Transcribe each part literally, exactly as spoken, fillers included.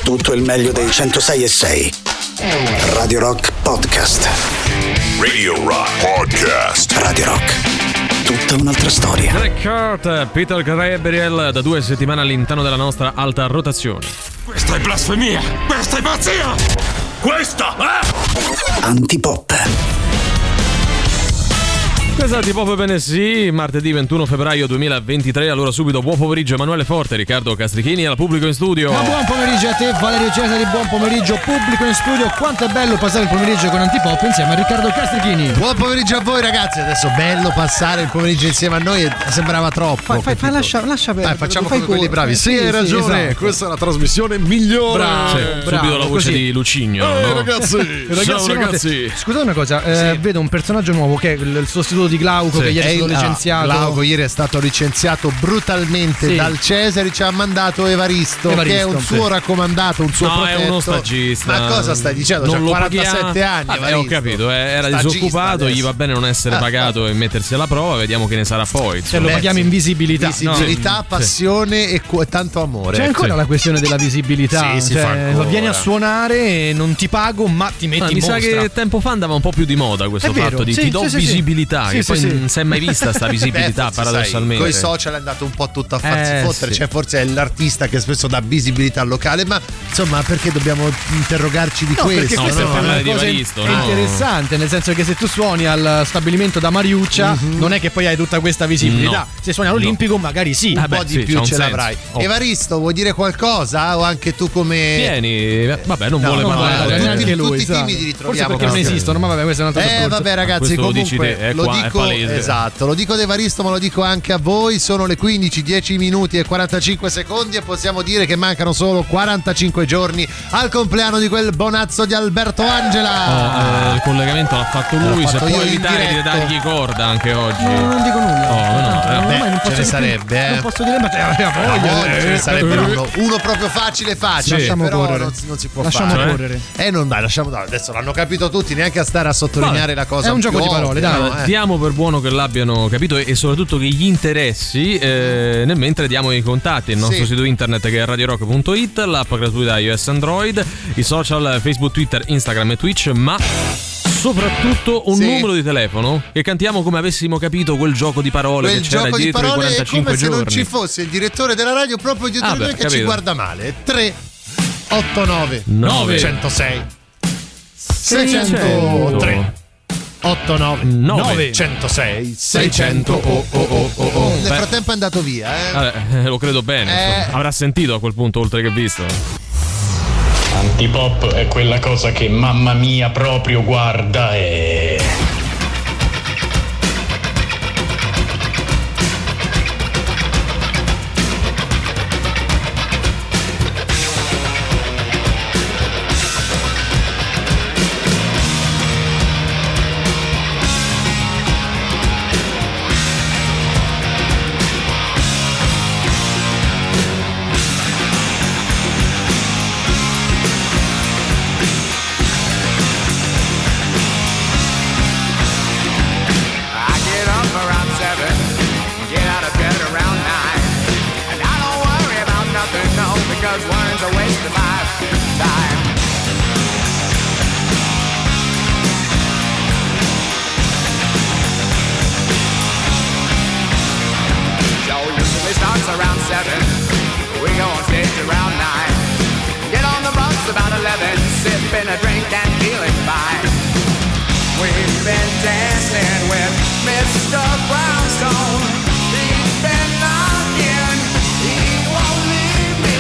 tutto il meglio dei centosei e sei. Radio Rock Podcast. Radio Rock Podcast. Radio Rock. Tutta un'altra storia. Black Heart, Peter Gabriel, da due settimane all'interno della nostra alta rotazione. Questa è blasfemia! Questa è pazzia! Questa è... Antipop. Questa è Antipop, bene sì, martedì ventuno febbraio duemilaventitré. Allora subito buon pomeriggio Emanuele Forte, Riccardo Castrichini al pubblico in studio. Ma buon pomeriggio a te Valerio Cesari, buon pomeriggio pubblico in studio. Quanto è bello passare il pomeriggio con Antipop insieme a Riccardo Castrichini. Buon pomeriggio a voi ragazzi, adesso bello passare il pomeriggio insieme a noi, sembrava troppo. Fai, fai, fai lascia, lascia per, Dai, facciamo fai come quelli corto. bravi. Sì, Sì, hai sì, ragione, esatto. questa è la trasmissione migliore. Bravo, Sì, bravo, subito la voce così. di Lucigno, Eh, no? ragazzi, Ragazzi, Ciao no, ragazzi. te- Scusate una cosa, eh, vedo un personaggio nuovo che è il, il sostituto di Glauco, Sì. che ieri è stato il- licenziato. ah, Glauco ieri è stato licenziato brutalmente Sì. dal Cesari, ci ha mandato Evaristo, Evaristo, che è un sì. suo raccomandato, un suo No, protetto. è uno stagista. Ma cosa stai dicendo? Non C'ha lo quarantasette paghiamo. anni. Vabbè, ho Evaristo. capito, eh, era Stagista disoccupato, adesso. gli va bene non essere pagato e mettersi alla prova, vediamo che ne sarà poi. Cioè, insomma. lo Beh, paghiamo sì. in visibilità. Visibilità, No. passione e, cu- e tanto amore. C'è ancora Sì. la questione della visibilità. Sì, si cioè, fa ancora. vieni a suonare e non ti pago, ma ti metti Ma in mi sa mostra. che tempo fa andava un po' più di moda questo È vero, fatto di sì, ti do sì, sì, visibilità, sì. che Sì, poi sì, sì. non si è mai vista sta visibilità, Beh, forse, paradossalmente. Con i social è andato un po' tutto a farsi Eh, fottere, sì. cioè forse è l'artista che spesso dà visibilità al locale, ma insomma perché dobbiamo interrogarci di No, questo? perché No, questa no, è una parlare di cosa Evaristo, in- no. interessante, nel senso che se tu suoni al stabilimento da Mariuccia non è che poi hai tutta questa visibilità. No. Se suoni all'Olimpico magari sì. un Ah, beh, po' di sì, più c'ha un ce senso. l'avrai. Oh. Evaristo, vuoi dire qualcosa? O anche tu come. Vieni, vabbè, non No, vuole no, parlare. no, tutti, tutti- neanche lui, tutti sa. timidi Forse ritroviamo perché non questa- esistono, ma vabbè, questo è un altro Eh discorso. vabbè ragazzi, Questo lo comunque dici te, è lo qua, è dico palese. esatto, lo dico ad Evaristo, ma lo dico anche a voi. Sono le quindici, dieci minuti e quarantacinque secondi e possiamo dire che mancano solo quarantacinque giorni al compleanno di quel bonazzo di Alberto Angela. Oh, eh, il collegamento l'ha fatto lui, L'ho se fatto può io in evitare di diretto. dargli corda anche oggi. No, non dico nulla. Oh, no, eh. ormai Beh, non posso ce ne dire- sarebbe, eh. Non posso dire, ma te aveva La voglia. voglia, ce ne sarebbe uno, uno proprio facile facile, Lasciamo però correre. non si, non si può Lasciamo fare. correre. Eh non dai, lasciamo dai, adesso l'hanno capito tutti, neanche a stare a sottolineare la cosa. È un gioco più di parole, ovvia, dai. no, eh. Diamo per buono che l'abbiano capito e, e soprattutto che gli interessi, eh, nel mentre diamo i contatti, il nostro Sì. sito internet che è radio rock punto it, l'app gratuita iOS Android, i social Facebook, Twitter, Instagram e Twitch, ma soprattutto un Sì. numero di telefono che cantiamo come avessimo capito quel gioco di parole Quel che c'era gioco di dietro i parole è quarantacinque come se non giorni. ci fosse il direttore della radio proprio dietro Ah, di noi beh, che capito. ci guarda male. tre otto nove Nove. centosei seicento. seicentotre otto nove Nove. nove centosei seicento oh oh oh oh oh. Nel Beh. frattempo è andato via, eh. Vabbè, eh, lo credo bene. Eh. insomma. Avrà sentito a quel punto, oltre che visto. Antipop è quella cosa che mamma mia proprio guarda e... I get up around seven, get out of bed around nine, and I don't worry about nothing, no, because worrying's a waste of my time. Show usually starts around seven, we go on stage around nine, get on the bus about eleven, sipping a drink and feeling fine. We've been dancing with Mister Brownstone. He's been knocking, he won't leave me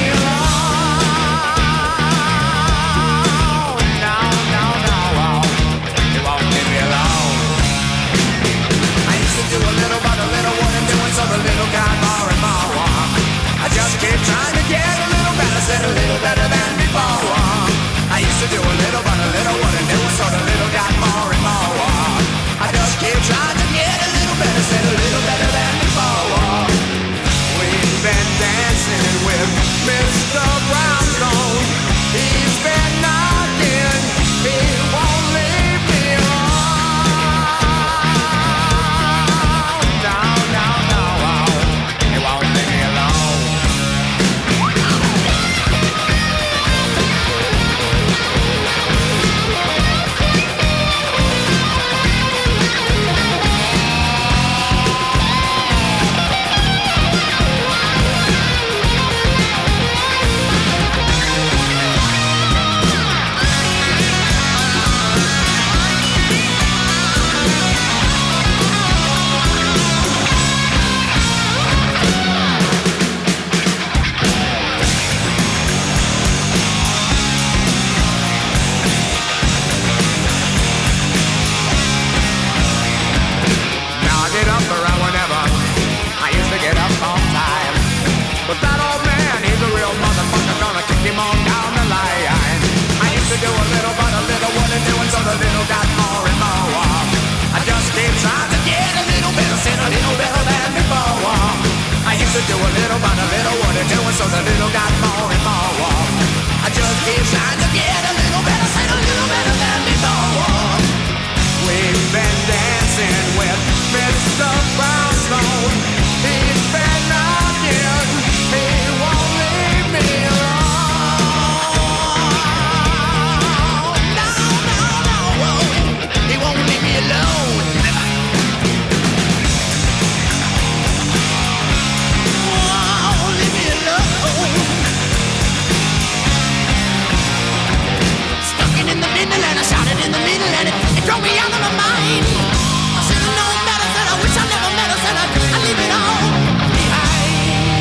alone. No, no, no, he won't leave me alone. I used to do a little, but a little wasn't doing, so the little got more and more. I just keep trying to get a little better, said a little better than before. I used to do a little, but a little wasn't doing, so the little got more and more. I just keep trying to get a little better, said a little better than so the little got more and more warm. I just keep trying to get a little better, say a little better than before. We've been dancing with Mister Brownstone. He's been knocking, he won't leave me alone. No, no, no, he won't leave me alone. Oh, leave me alone. Stuck in the middle and I shouted in the middle and it, it drove me out of my mind. I should've known better, said I wish I never met her, said I, I leave it all behind.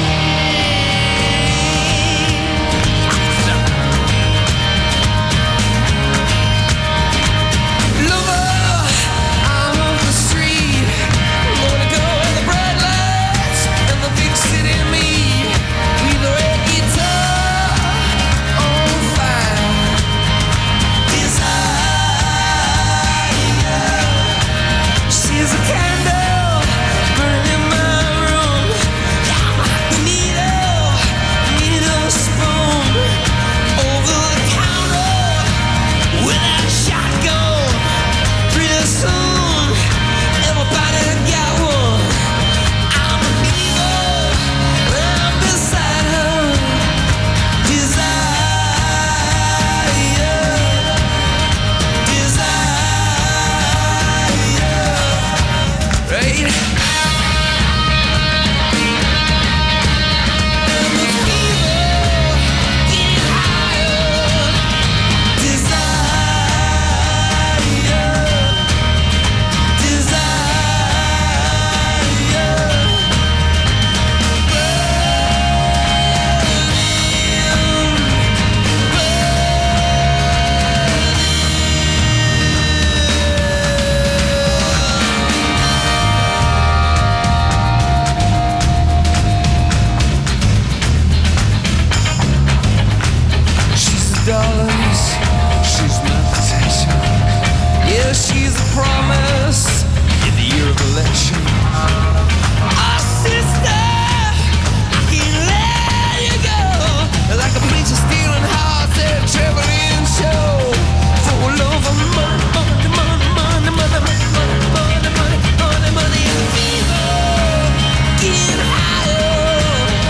Lover, I'm on the street, gonna go where the bright lights and the big city meet. With a red guitar on fire. She's a candle burning in my room. Needle, needle spoon over the counter without a shotgun. Pretty soon, everybody got one. I'm a needle, I'm beside her. Desire, desire, right? And the fever getting higher. Desire, she's the dollars, she's my protection. Yeah, she's a promise in the year of election. Oh, sister, I can't let you go. Like a preacher stealing hearts at a traveling show. Full of money, money, money, money, money, money, money, money, money, money, and fever getting higher.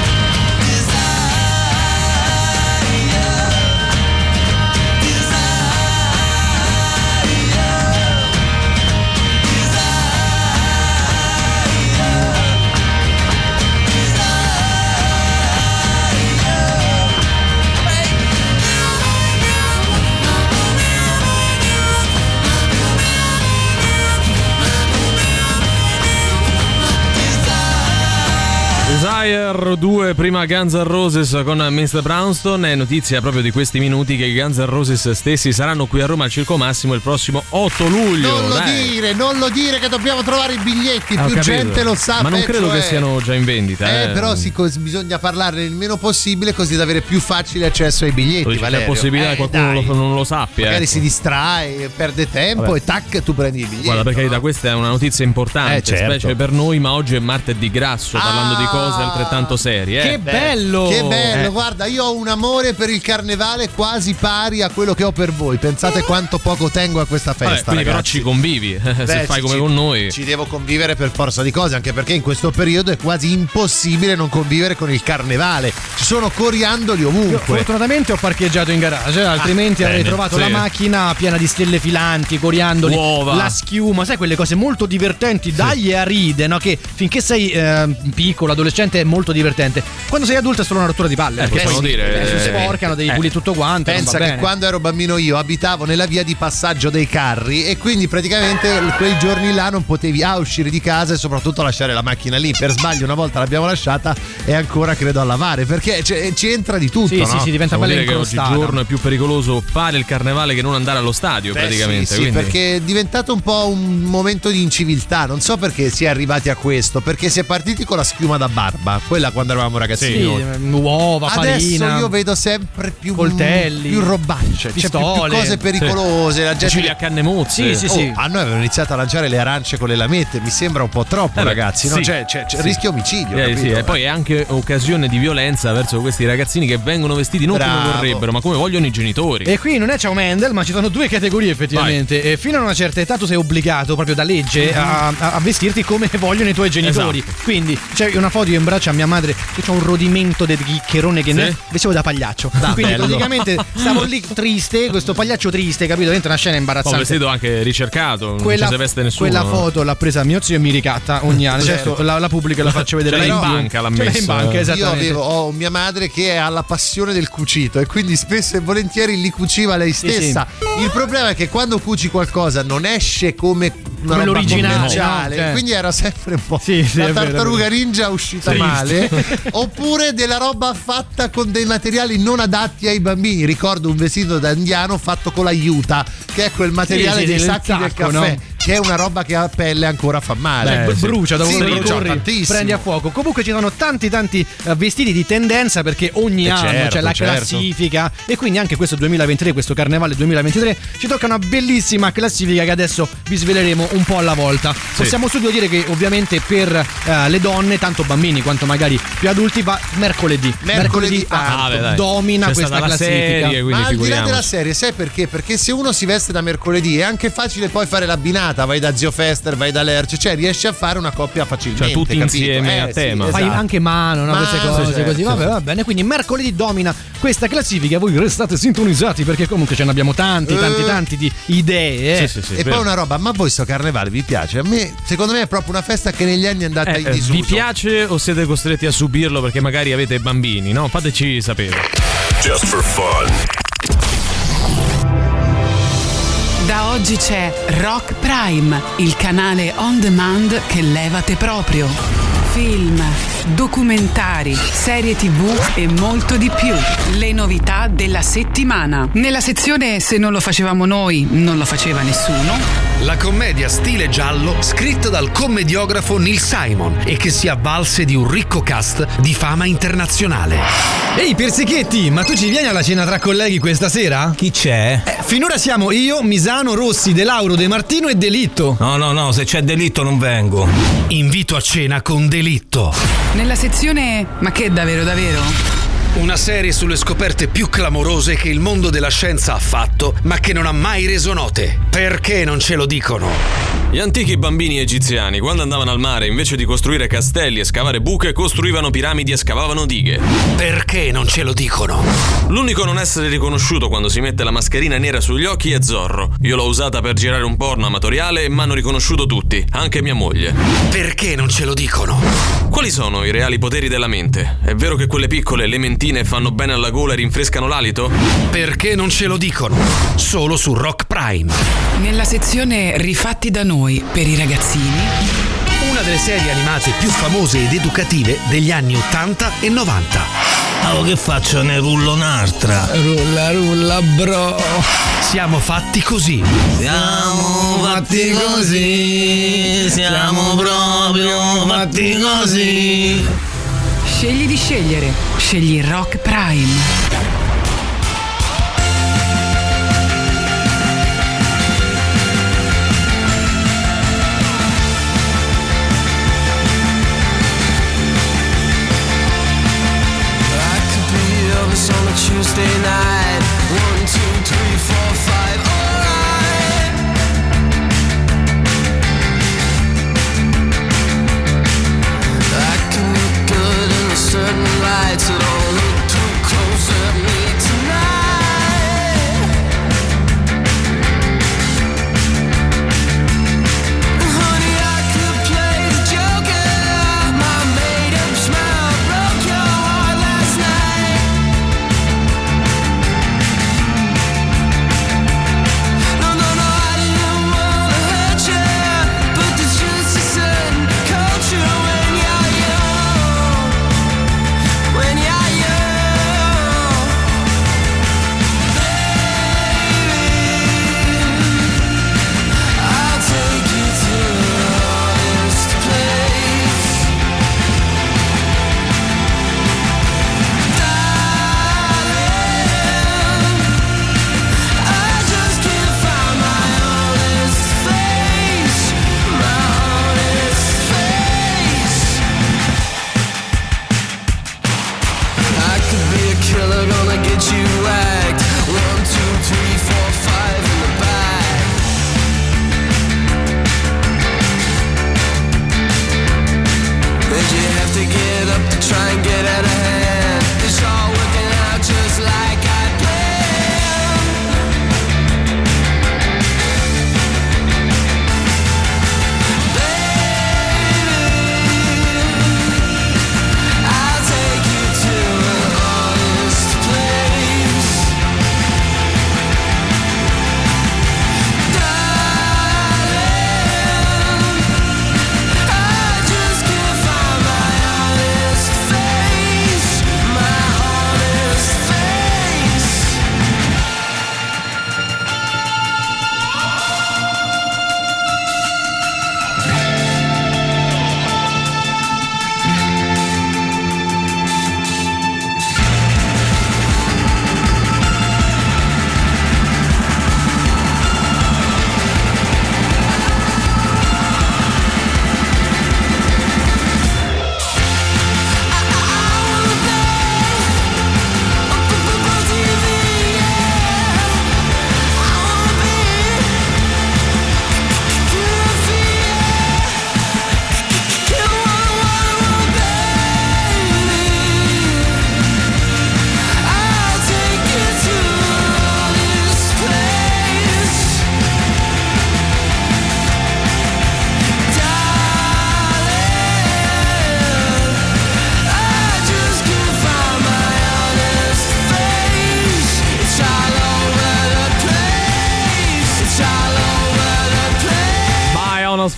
Desire due, prima Guns N' Roses con mister Brownstone. È notizia proprio di questi minuti che i Guns N' Roses stessi saranno qui a Roma al Circo Massimo il prossimo otto luglio. Non lo Dai. dire, non lo dire che dobbiamo trovare i biglietti, Ah, ho più capito. gente lo sa. Ma non peggio credo che è. siano già in vendita. Eh, Eh, però sì, cos- bisogna parlarne il meno possibile così da avere più facile accesso ai biglietti. C'è la Valerio. possibilità che Eh, qualcuno dai. lo- non lo sappia. Magari ecco. si distrae, perde tempo Vabbè. e tac, tu prendi i biglietti. Guarda, per carità, no? questa è una notizia importante, Eh, certo. specie per noi, ma oggi è martedì grasso, parlando Ah. di cose altrettanto serie. Eh. Che bello! Che bello, Eh. guarda, io ho un amore per il carnevale quasi pari a quello che ho per voi. Pensate quanto poco tengo a questa festa. Vabbè, quindi però ragazzi. ci convivi, se Beh, fai ci- come ci- con noi. Ci devo convivere per forza di cose, anche perché in questo periodo è quasi impossibile non convivere con il carnevale. Ci sono coriandoli Io ovunque. fortunatamente ho parcheggiato in garage, altrimenti Ah, avrei bene, trovato sì. la macchina piena di stelle filanti, coriandoli, Uova. la schiuma, sai quelle cose molto divertenti, dagli e aride, no? Che finché sei eh, piccolo, adolescente è molto divertente. Quando sei adulto è solo una rottura di palle. Eh, perché possiamo si- dire, eh, si eh, sporcano, devi eh. pulire tutto quanto. non Pensa va che bene. quando ero bambino io abitavo nella via di passaggio dei carri e quindi praticamente quei giorni là non potevi A uscire di casa e soprattutto lasciare la macchina lì. Per sbaglio una volta l'abbiamo lasciata e ancora credo a lavare perché c- ci entra di tutto. Sì, no? sì, sì, diventa Possiamo bella dire che incrostata. oggigiorno è più pericoloso fare il carnevale che non andare allo stadio, Beh, praticamente. sì, sì, quindi... perché è diventato un po' un momento di inciviltà. Non so perché si è arrivati a questo, perché si è partiti con la schiuma da barba roba, quella quando eravamo ragazzini. Sì, noi. uova, Adesso farina. io vedo sempre più coltelli, più robacce, cioè più, più pistole, cose pericolose. Sì. La gente Fucili a canne mozze. Sì, sì, Oh, sì. a noi avevano iniziato a lanciare le arance con le lamette, mi sembra un po' troppo, Eh beh, ragazzi. No? sì. Cioè, c'è, c'è Sì. rischio omicidio. Eh, capito? sì, e poi è anche occasione di violenza verso questi ragazzini che vengono vestiti non Bravo. come vorrebbero, ma come vogliono i genitori. E qui non è ciao Mendel, ma ci sono due categorie effettivamente. E fino a una certa età tu sei obbligato proprio da legge a, a- a vestirti come vogliono i tuoi genitori. Esatto. Quindi c'è una foto io in braccio a mia madre che c'ha un rodimento del ghiccherone che Sì. ne vestivo da pagliaccio. Da Quindi bello. praticamente stavo lì triste, questo pagliaccio triste, capito? Dentro una scena Poi un imbarazzante. vestito anche ricercato, Quella, non ci si veste nessuno. quella foto l'ha presa mio zio e mi ricatta ogni anno. Certo. Certo, la, la pubblica e la faccio vedere. Ce l'ha là in più. banca, l'ha Ce l'ha messa. in banca, Io esattamente. avevo ho mia madre che ha la passione del cucito e quindi spesso e volentieri li cuciva lei stessa. Il problema è che quando cuci qualcosa non esce come una Come roba l'originale, commerciale, no? Cioè. quindi era sempre un po' Sì, sì, la è vero, tartaruga è vero. ninja uscita Triste. male, oppure della roba fatta con dei materiali non adatti ai bambini. Ricordo un vestito da indiano fatto con l'aiuta, che è quel materiale Sì, sì, dei sì, sacchi il del sacco, caffè, no? che è una roba che a pelle ancora fa male. Beh, brucia dopo Sì, che brucia corri, tantissimo. prendi a fuoco. Comunque ci sono tanti tanti eh, vestiti di tendenza perché ogni Eh, anno certo, c'è la certo. classifica e quindi anche questo duemilaventitré, questo carnevale duemilaventitré ci tocca una bellissima classifica che adesso vi sveleremo un po' alla volta. Possiamo subito dire che ovviamente per eh, le donne, tanto bambini quanto magari più adulti, va mercoledì. Mercoledì ah, tanto. Vabbè, dai. domina C'è questa stata la classifica. serie, quindi Ma al di là figuriamoci. della serie, sai perché? Perché se uno si veste da mercoledì è anche facile poi fare l'abbinata, vai da Zio Fester, vai da Lerch, cioè riesci a fare una coppia facilmente. Cioè, tutti capito? insieme Eh, a sì, tema. Fai esatto. anche mano, no? Mano, queste cose certo, così. Vabbè, va bene. Quindi mercoledì domina questa classifica. Voi restate sintonizzati perché comunque ce ne abbiamo tanti, tanti, Eh. tanti di idee. Sì, sì, sì, E vero. poi una roba, ma a voi sto carnevale vi piace? A me, secondo me è proprio una festa che negli anni è andata Eh, in eh, disuso. vi piace o siete costretti a subirlo perché magari avete bambini, no? Fateci sapere. Just for fun. Da oggi c'è Rock Prime, il canale on demand che levate proprio. Film, documentari, serie tv e molto di più. Le novità della settimana. Nella sezione Se non lo facevamo noi, non lo faceva nessuno. La commedia stile giallo scritta dal commediografo Neil Simon e che si avvalse di un ricco cast di fama internazionale. Ehi Persichetti, ma tu ci vieni alla cena tra colleghi questa sera? Chi c'è? Eh, finora siamo io, Misano, Rossi, De Lauro, De Martino e Delitto. No, no, no, se c'è delitto non vengo. Invito a cena con Delitto. Nella sezione Ma che davvero davvero? Una serie sulle scoperte più clamorose che il mondo della scienza ha fatto, ma che non ha mai reso note. Perché non ce lo dicono? Gli antichi bambini egiziani, quando andavano al mare, invece di costruire castelli e scavare buche, costruivano piramidi e scavavano dighe. Perché non ce lo dicono? L'unico a non essere riconosciuto quando si mette la mascherina nera sugli occhi è Zorro. Io l'ho usata per girare un porno amatoriale e mi hanno riconosciuto tutti, anche mia moglie. Perché non ce lo dicono? Quali sono i reali poteri della mente? È vero che quelle piccole, le mentine, fanno bene alla gola e rinfrescano l'alito? Perché non ce lo dicono? Solo su Rock Prime. Nella sezione Rifatti da noi per i ragazzini. Una delle serie animate più famose ed educative degli anni ottanta e novanta. Oh, che faccio? Ne rullo un'altra. Rulla, rulla, bro. Siamo fatti così. Siamo fatti così. Siamo proprio fatti così. Scegli di scegliere. Scegli Rock Prime. Tuesday night, one, two, three, four, five, alright. I can look good in a certain light, so don't look too close at me.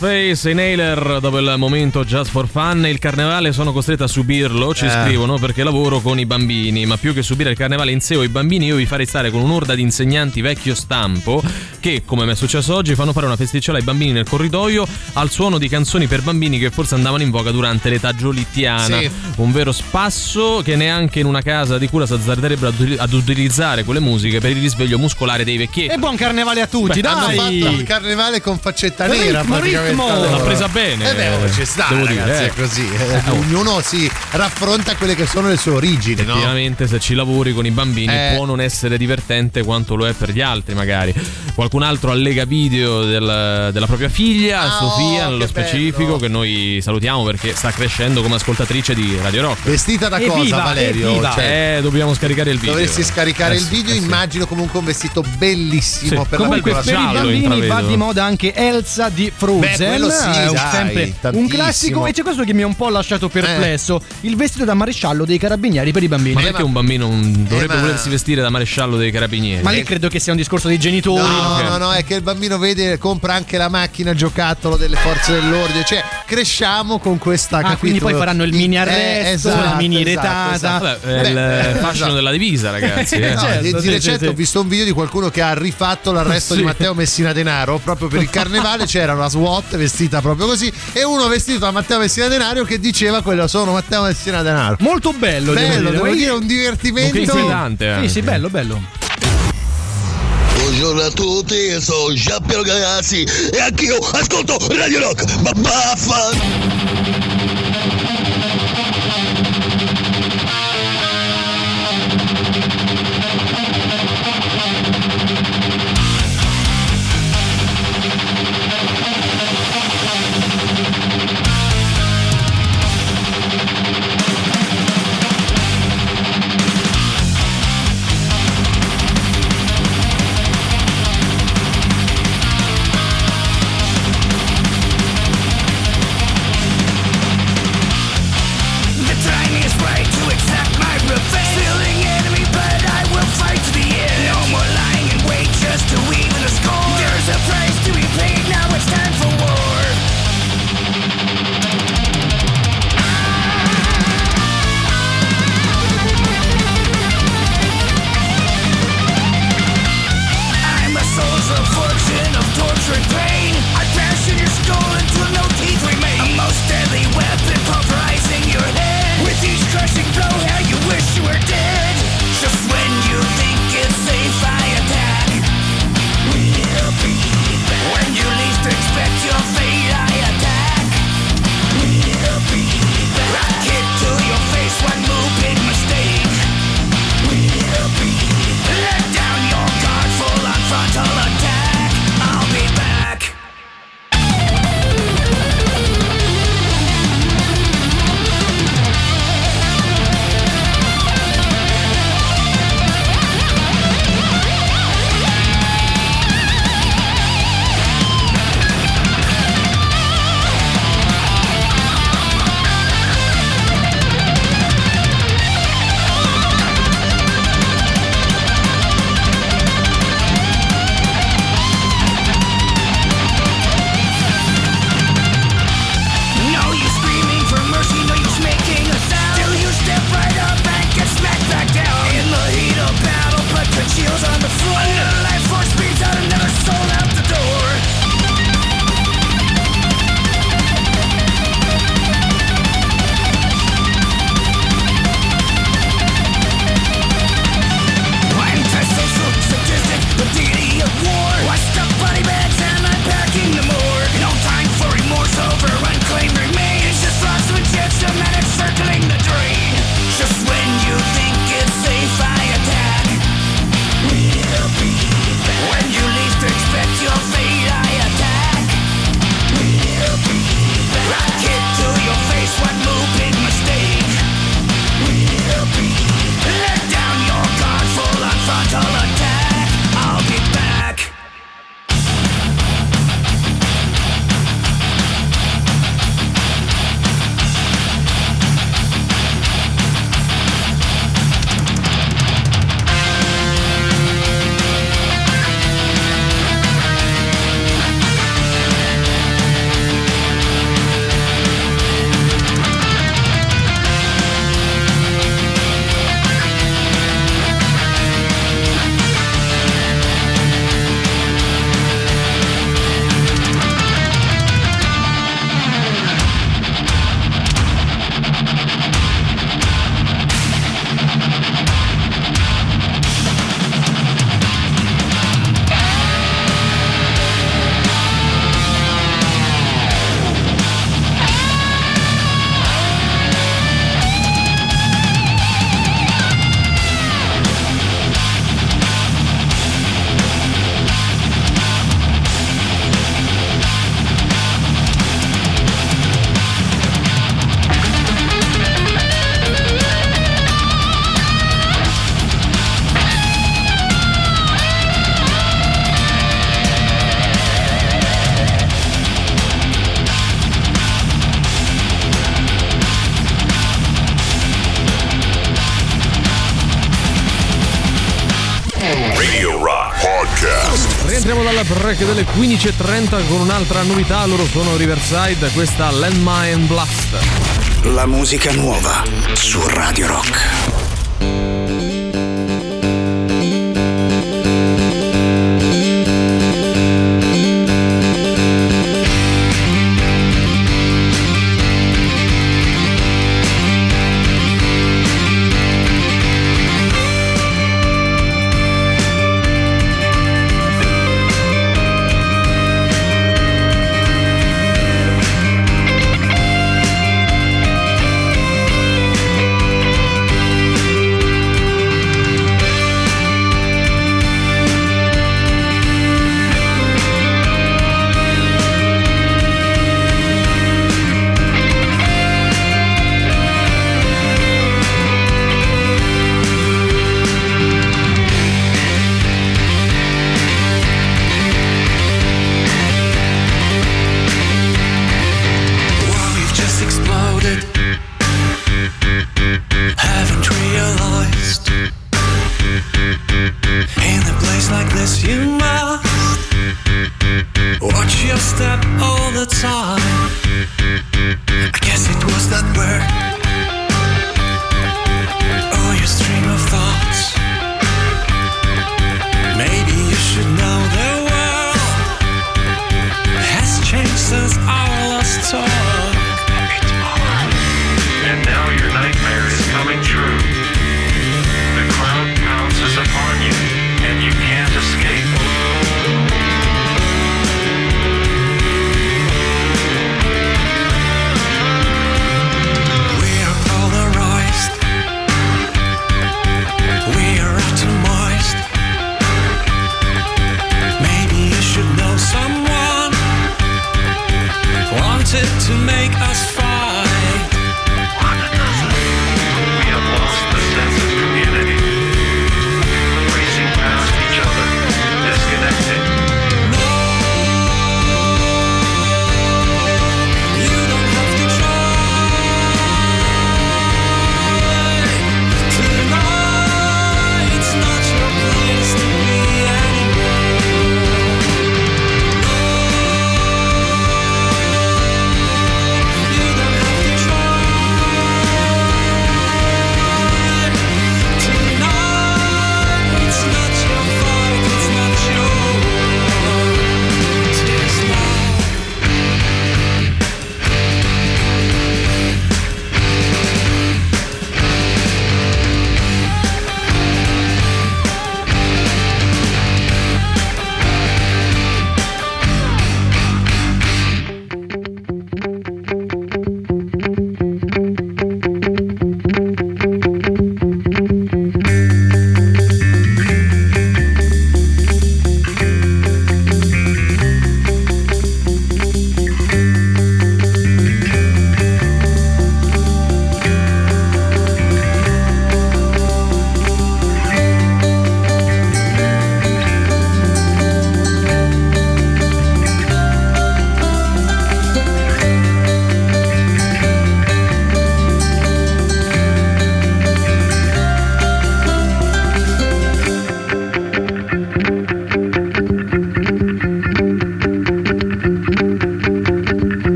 Ghostface e Nailer dopo il momento Just for Fun. Il carnevale sono costretto a subirlo, ci Eh. scrivono, perché lavoro con i bambini, ma più che subire il carnevale in sé o i bambini io vi farei stare con un'orda di insegnanti vecchio stampo che, come mi è successo oggi, fanno fare una festiciola ai bambini nel corridoio al suono di canzoni per bambini che forse andavano in voga durante l'età giolittiana. Sì. Un vero spasso che neanche in una casa di cura si azzarderebbero ad ut- ad utilizzare quelle musiche per il risveglio muscolare dei vecchietti. E buon carnevale a tutti, Beh, Hanno dai! fatto il carnevale con faccetta Ritmo, nera praticamente. ritmo. allora. L'ha presa bene. Eh beh, oh, ci sta, devo ragazzi, dire, eh. è così. Eh, ognuno si raffronta quelle che sono le sue origini, no? Effettivamente, se ci lavori con i bambini Eh. può non essere divertente quanto lo è per gli altri, magari. Qualcun altro allega video del- della propria figlia, Ah, Sofia, oh, nello che specifico, bello. che noi salutiamo perché sta crescendo come ascoltatrice di Radio Rock. Vestita da cosa, Evviva, Valerio? evviva. Cioè, Eh, dobbiamo scaricare il video. dovresti scaricare Eh il sì, video, eh sì. immagino comunque un vestito bellissimo Sì. per Comunque la per piccola i giallo bambini intravedo. va di moda anche Elsa di Frozen. Beh, quello sì, è un- dai, sempre un tantissimo. classico. E c'è questo che mi ha un po' lasciato perplesso: il vestito da maresciallo dei carabinieri per i bambini. Ma Eh, perché ma- un bambino non dovrebbe Eh, ma- volersi vestire da maresciallo dei carabinieri? Ma lì credo che sia un discorso dei genitori. No, ok. no, no, è che il bambino vede, compra anche la macchina giocattolo delle forze dell'ordine, cioè cresciamo con questa Ah, capito? quindi poi faranno il mini Eh, arresto, esatto, la mini esatto, retata. esatto. Vabbè, è Beh, il eh, fascino esatto. della divisa, ragazzi. eh. No, certo, di, di sì, recente sì, sì. ho visto un video di qualcuno che ha rifatto l'arresto Sì. di Matteo Messina Denaro proprio per il carnevale. C'era una SWAT vestita proprio così e uno vestito da Matteo Messina Denaro che diceva quello sono Matteo Messina Denaro. Molto bello, Bello, devo Poi- dire, un Nonché divertimento. inquietante. Sì, anche. sì, bello, bello. Buongiorno a tutti, sono Giampiero Ragazzi e anch'io ascolto Radio Rock. Ma baffa! Rock Podcast. Rientriamo dalla break delle quindici e trenta con un'altra novità. Loro sono Riverside, questa Landmine Blast. La musica nuova su Radio Rock.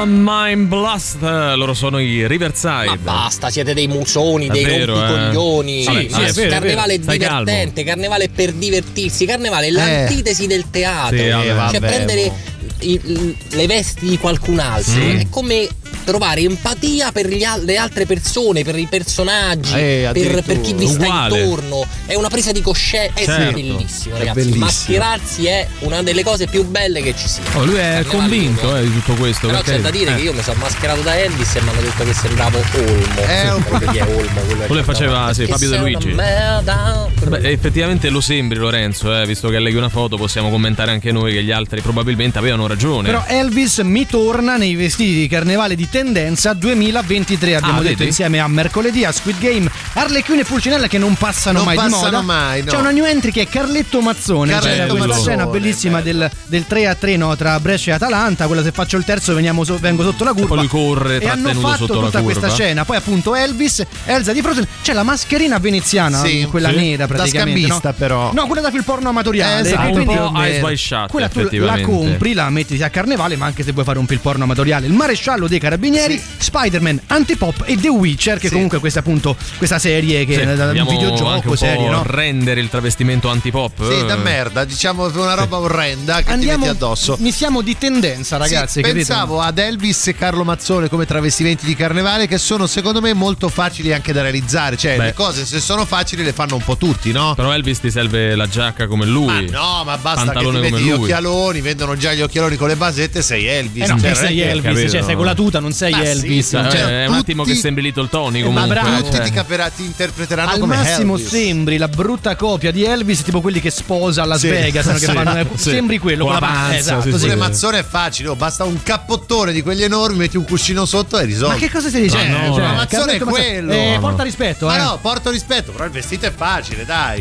Mind Blast, loro sono i Riverside. Ma basta, siete dei musoni, dei vero, rompicoglioni. eh. Sì, Sì, ma sì, è vero, carnevale è Stai divertente, calmo. carnevale per divertirsi, carnevale è l'antitesi del teatro. Sì, cioè vabbè, prendere i- i- le vesti di qualcun altro Mm. è come trovare empatia per gli al- le altre persone, per i personaggi, Eh, per, per chi vi sta Uguale. intorno. È una presa di coscienza. È Certo. bellissimo, È ragazzi. bellissimo. Mascherarsi è una delle cose più belle che ci sia. Oh, lui è Carnevale convinto uno. eh, di tutto questo. Però perché- c'è da dire eh. che io mi sono mascherato da Elvis e mi hanno detto che sembravo Olmo. Eh, un Sì, chi è Olmo? Quello è Quello faceva, Carnevale. sì, Che Fabio De sei Luigi. una merda. Beh, effettivamente lo sembri, Lorenzo, eh, visto che leghi una foto possiamo commentare anche noi che gli altri probabilmente avevano ragione. Però Elvis mi torna nei vestiti di carnevale di tendenza duemilaventitré, abbiamo Ah, detto, vedi? insieme a Mercoledì, a Squid Game, Arlecchino e Pulcinella che non passano Non mai passano di moda. mai, no. C'è una new entry che è Carletto Mazzone, Carletto c'è questa Mazzone, scena bellissima del, del tre a tre, no, tra Brescia e Atalanta, quella se faccio il terzo veniamo so- vengo sotto la curva. poi lui corre e hanno trattenuto fatto sotto la tutta curva. questa scena, poi appunto Elvis, Elsa di Frozen, c'è la mascherina veneziana, Sì, quella sì. nera Da praticamente, scambista, no? però. No, quella da film porno amatoriale, Esatto, che un quindi- po' più o Eyes meno. Wide Shut, quella tu la effettivamente. compri, la metti a carnevale, ma anche se vuoi fare un film porno amatoriale. Il maresciallo dei carabinieri, Spider-Man, Antipop e The Witcher, che Sì. comunque questa appunto questa serie che Sì, è da un dobbiamo anche videogioco, un serie, po' no? rendere il travestimento antipop. Sì, da eh. merda, diciamo una roba orrenda che Andiamo, ti metti addosso. iniziamo di tendenza, ragazzi. Sì, capito? pensavo ad Elvis e Carlo Mazzone come travestimenti di carnevale che sono secondo me molto facili anche da realizzare, cioè Beh. le cose se sono facili le fanno un po' tutti, no? Però Elvis ti serve la giacca come lui. Ma no, ma basta Pantalone che ti come metti gli lui. occhialoni, vendono già gli occhialoni con le basette, sei Elvis. Eh no, Cioè, che non è sei che- Elvis, capito. cioè sei con la tuta, non sei Ma sì, Elvis. sì, non cioè, c'è- Eh, è un attimo tutti- che sembri Little Tony Eh, comunque. ma bravo, tutti eh. ti, capera- ti interpreteranno Al come massimo Elvis. sembri la brutta copia di Elvis, tipo quelli che sposa a Las Sì. Vegas, no, che Sì. fanno- eh, Sì. sembri quello Con con la la panza, esatto, sì, sì. Pure sì. Mazzone è facile, oh, basta un capottone di quelli enormi, metti un cuscino sotto e hai risolto. Ma che cosa stai dicendo? Ma no, Cioè, no. Ma Mazzone è Carletto Mazzone- quello. Eh, No, porta no. rispetto, Ma eh. no, porto rispetto, però il vestito è facile, dai.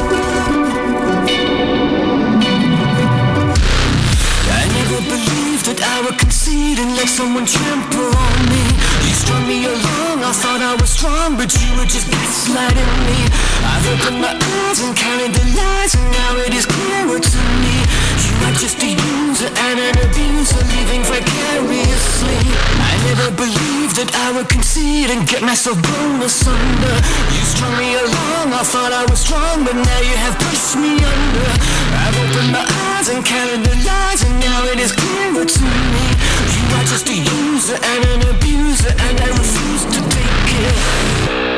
I never believed that I would concede and let someone trample on me. You strung me along, I thought I was strong, but you were just gaslighting me. I've opened my eyes and counted the lies, and now it is clearer to me. You are just a user and an abuser, living vicariously. I never believed that I would concede and get myself blown asunder. You strung me along, I thought I was strong, but now you have pushed me under. I've opened my eyes and counted the lies, and now it is clearer to me. You are just a user and an abuser, and I refuse to take it.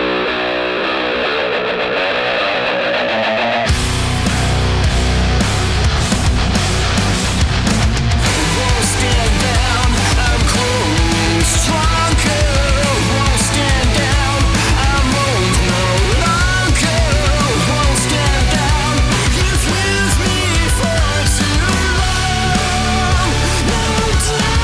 Won't stand down, I'm growing stronger. Won't stand down, I'm old no longer. Won't stand down, you've used me for too long. No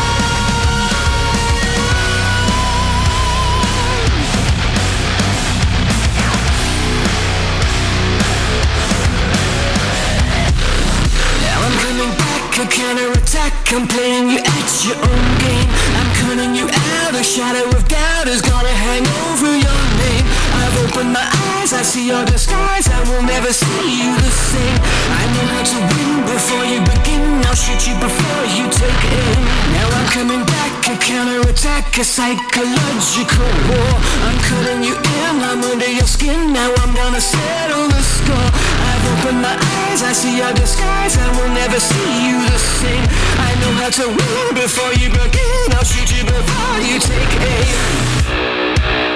Now I'm coming back, a counter-attack. I'm playing you at your own game. I'm cutting you out, a shadow of doubt is gonna hang over your name. I've opened my eyes, I see your disguise, I will never see you the same. I know how to win before you begin, I'll shoot you before you take aim. Now I'm coming back, a counter-attack, a psychological war. I'm cutting you in, I'm under your skin, now I'm gonna settle the score. I've opened my eyes, I see your disguise, I will never see you the same. I know how to win before you begin, I'll shoot you before you take aim.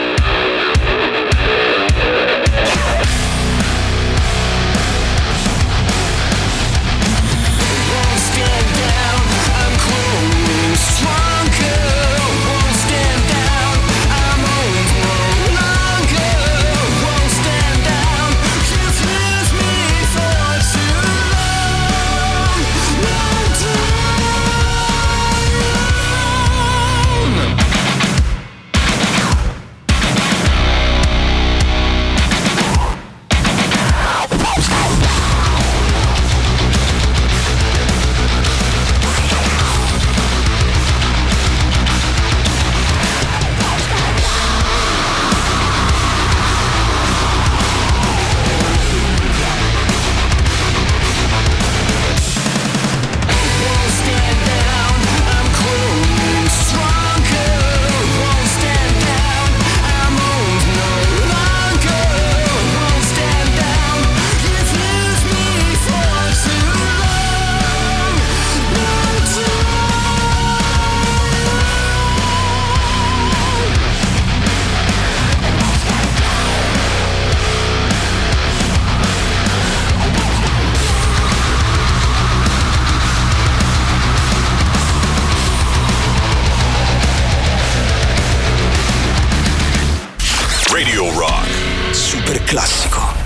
Won't stand down, I'm growing stronger. Won't stand down, I'm old no longer. Won't stand down, you've used me for too long. Won't down. classico.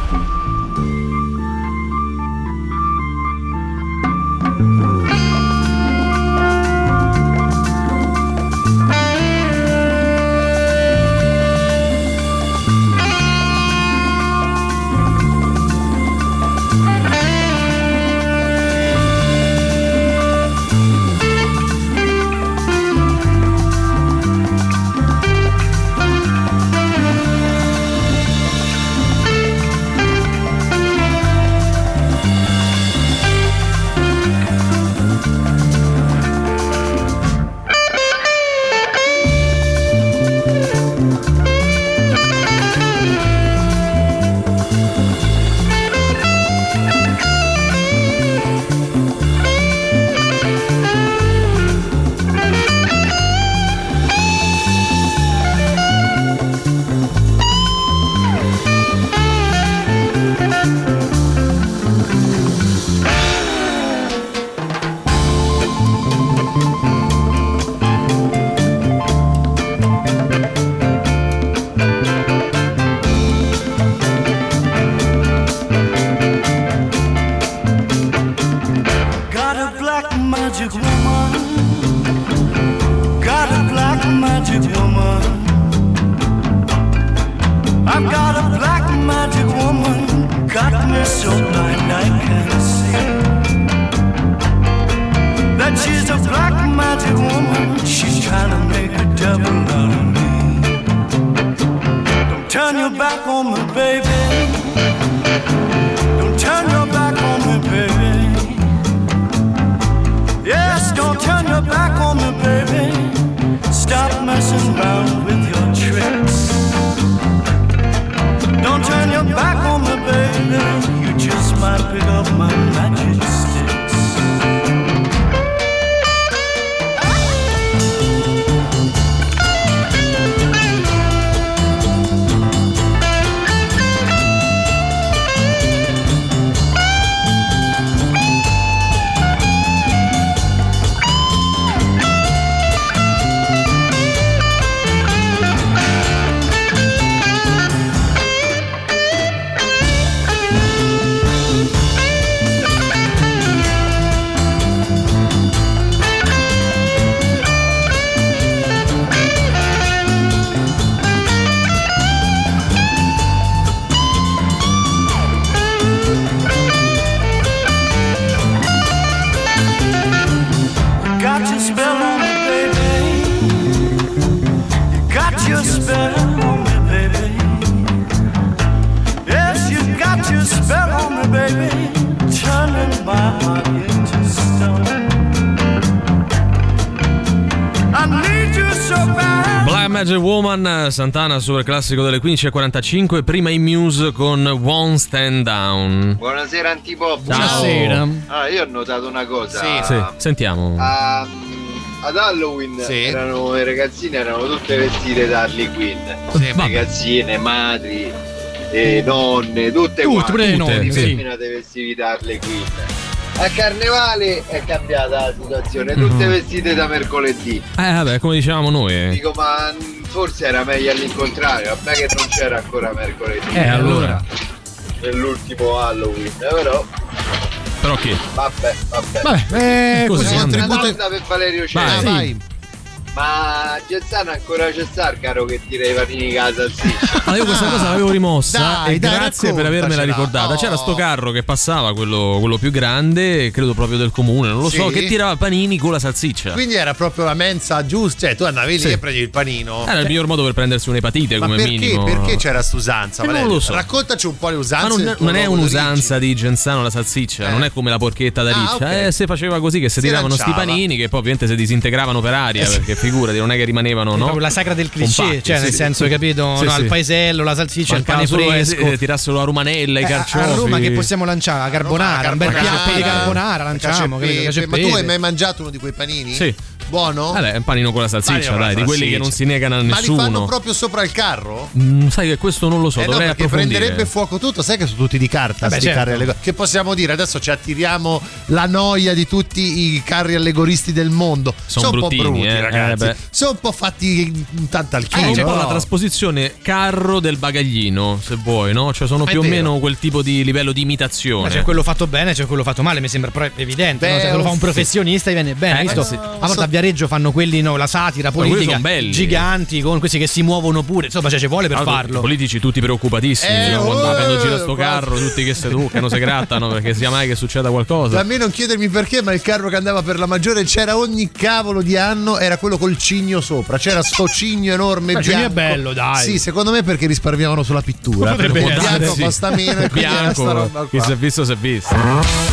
Magic Woman, Santana, super classico delle quindici e quarantacinque. Prima i Muse con Won't Stand Down. Buonasera Antipop. Buonasera. Ah, io ho notato una cosa. Sì, sì. Sentiamo. Ah, ad Halloween Sì. erano le ragazzine erano tutte vestite da Harley Quinn. Sì, ragazzine, madri, e nonne, tutte Tutte, quante. pure le nonne, Tutte sì. femmine vestite da Harley Quinn. A Carnevale è cambiata la situazione, tutte Mhm. vestite da mercoledì. Eh vabbè, come dicevamo noi. Dico, ma forse era meglio all'incontrario, vabbè che non c'era ancora mercoledì. Eh, allora. Nell'ultimo Halloween, però. Però che? Vabbè, vabbè. Vabbè, eh, Così, così, Una Andrea. domanda per Valerio Vai, Cesari. vai. Ma Genzano ancora c'è sta il caro che tira i panini casa sì. Allora, io questa cosa l'avevo rimossa Dai, e dai, grazie per avermela raccontacela. ricordata. C'era sto carro che passava, quello, quello più grande, credo proprio del comune, non lo so, Sì. che tirava panini con la salsiccia. Quindi era proprio la mensa giusta, cioè tu andavi lì Sì. e prendevi il panino. Era il miglior modo per prendersi un'epatite Ma come perché, minimo. perché c'era st'usanza? Eh, non Valerio? lo so. Raccontaci un po' le usanze. Ma non, del tuo non è luogo un'usanza di Genzano la salsiccia, non è come la porchetta da Ah, riccia. ok. Eh, se faceva così che si Si tiravano sti lanciava. panini che poi ovviamente si disintegravano per aria, Eh sì. perché figurati, non è che rimanevano, È no? proprio la sagra del cliché, Compatti, cioè sì, nel sì. senso, capito? Sì, no, sì. il paesello, la salsiccia, Mancava il pane solo, eh, fresco. eh, tirassero la rumanella, i Eh, carciofi. a Roma che possiamo lanciare? La carbonara, un bel Carbonara, piatto di carbonara cacio e lanciamo. capito? pepe. Cacio e Ma tu pepe. hai mai mangiato uno di quei panini? Sì. Buono? Vabbè, è un panino con la salsiccia, Panino con la dai, di quelli che salsiccia. non si negano a Ma li nessuno. fanno proprio sopra il carro? Mm, sai che questo non lo so, Eh no, dovrei perché approfondire. prenderebbe fuoco tutto, sai che sono tutti di carta. Vabbè, sti certo. carri allegor- Che possiamo dire? Adesso ci attiriamo la noia di tutti i carri allegoristi del mondo. Sono Sono un po' bruttini, brutti, eh. ragazzi. ragazzi. Eh sono un po' fatti tanto al È chilo. un po' la no? trasposizione carro del bagaglino, se vuoi, no? Cioè sono È più o vero. meno quel tipo di livello di Ma imitazione. c'è quello fatto bene, c'è quello fatto male, mi sembra però evidente. Beh, no? Se lo fa un sì. professionista viene bene. Eh, visto? sì. A volte a Viareggio fanno quelli, no, la satira quelli politica, son belli. giganti, con questi che si muovono pure. Insomma, cioè, ci vuole per Allora, farlo. I politici tutti preoccupatissimi, Eh, no? quando, oh, quando gira sto guarda. carro, tutti che si toccano, si grattano perché sia mai che succeda qualcosa. A me non chiedermi perché, ma il carro che andava per la Maggiore c'era ogni cavolo di anno, era quello col cigno sopra. C'era sto cigno enorme Ma il bianco. cigno è bello, dai. Sì, secondo me perché risparmiavano sulla pittura. Potrebbe Perché il essere, bianco sì. costa meno e quindi era sta roba Bianco, qua. chi si è visto si è visto.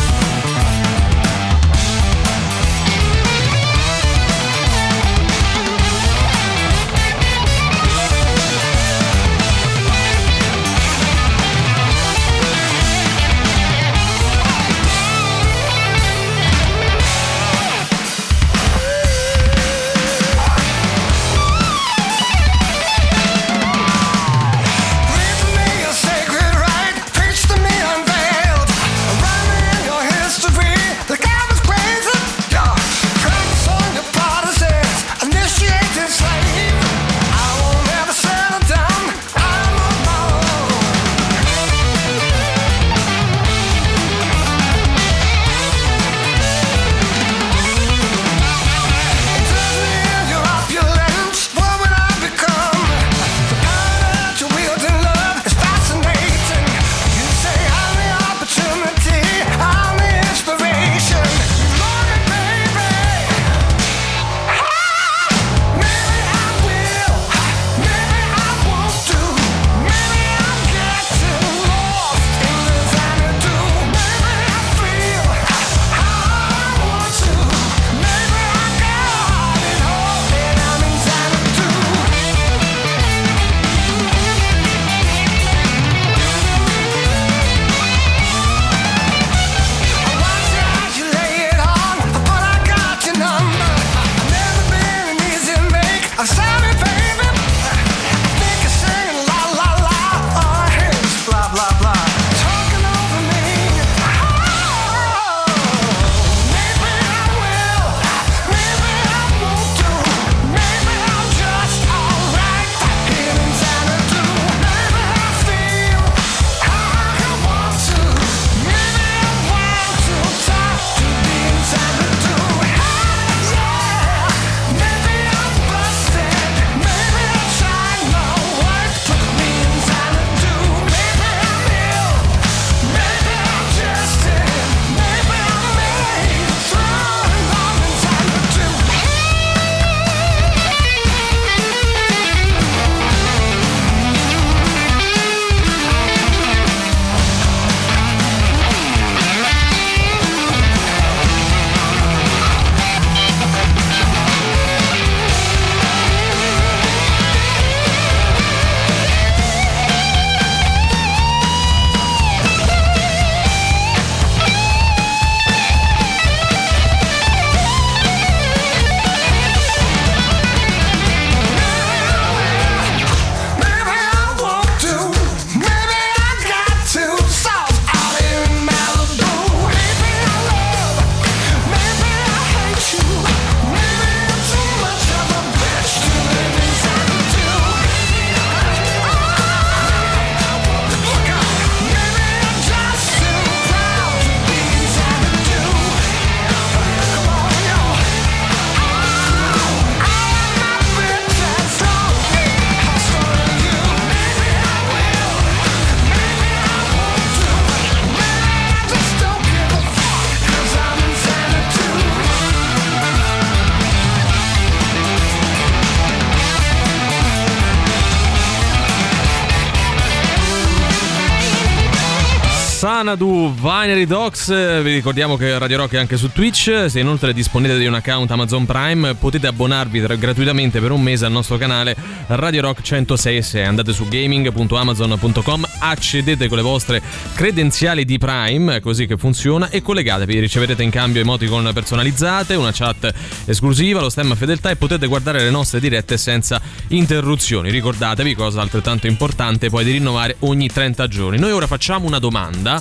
Xanadu Vinery Dogs. Vi ricordiamo che Radio Rock è anche su Twitch. Se inoltre disponete di un account Amazon Prime potete abbonarvi gratuitamente per un mese al nostro canale Radio Rock centosei e sei. Andate su gaming punto amazon punto com, accedete con le vostre credenziali di Prime, è così che funziona, e collegatevi. Riceverete in cambio emoticon personalizzate, una chat esclusiva, lo stemma fedeltà, e potete guardare le nostre dirette senza interruzioni. Ricordatevi, cosa altrettanto importante, poi di rinnovare ogni trenta giorni. Noi ora facciamo una domanda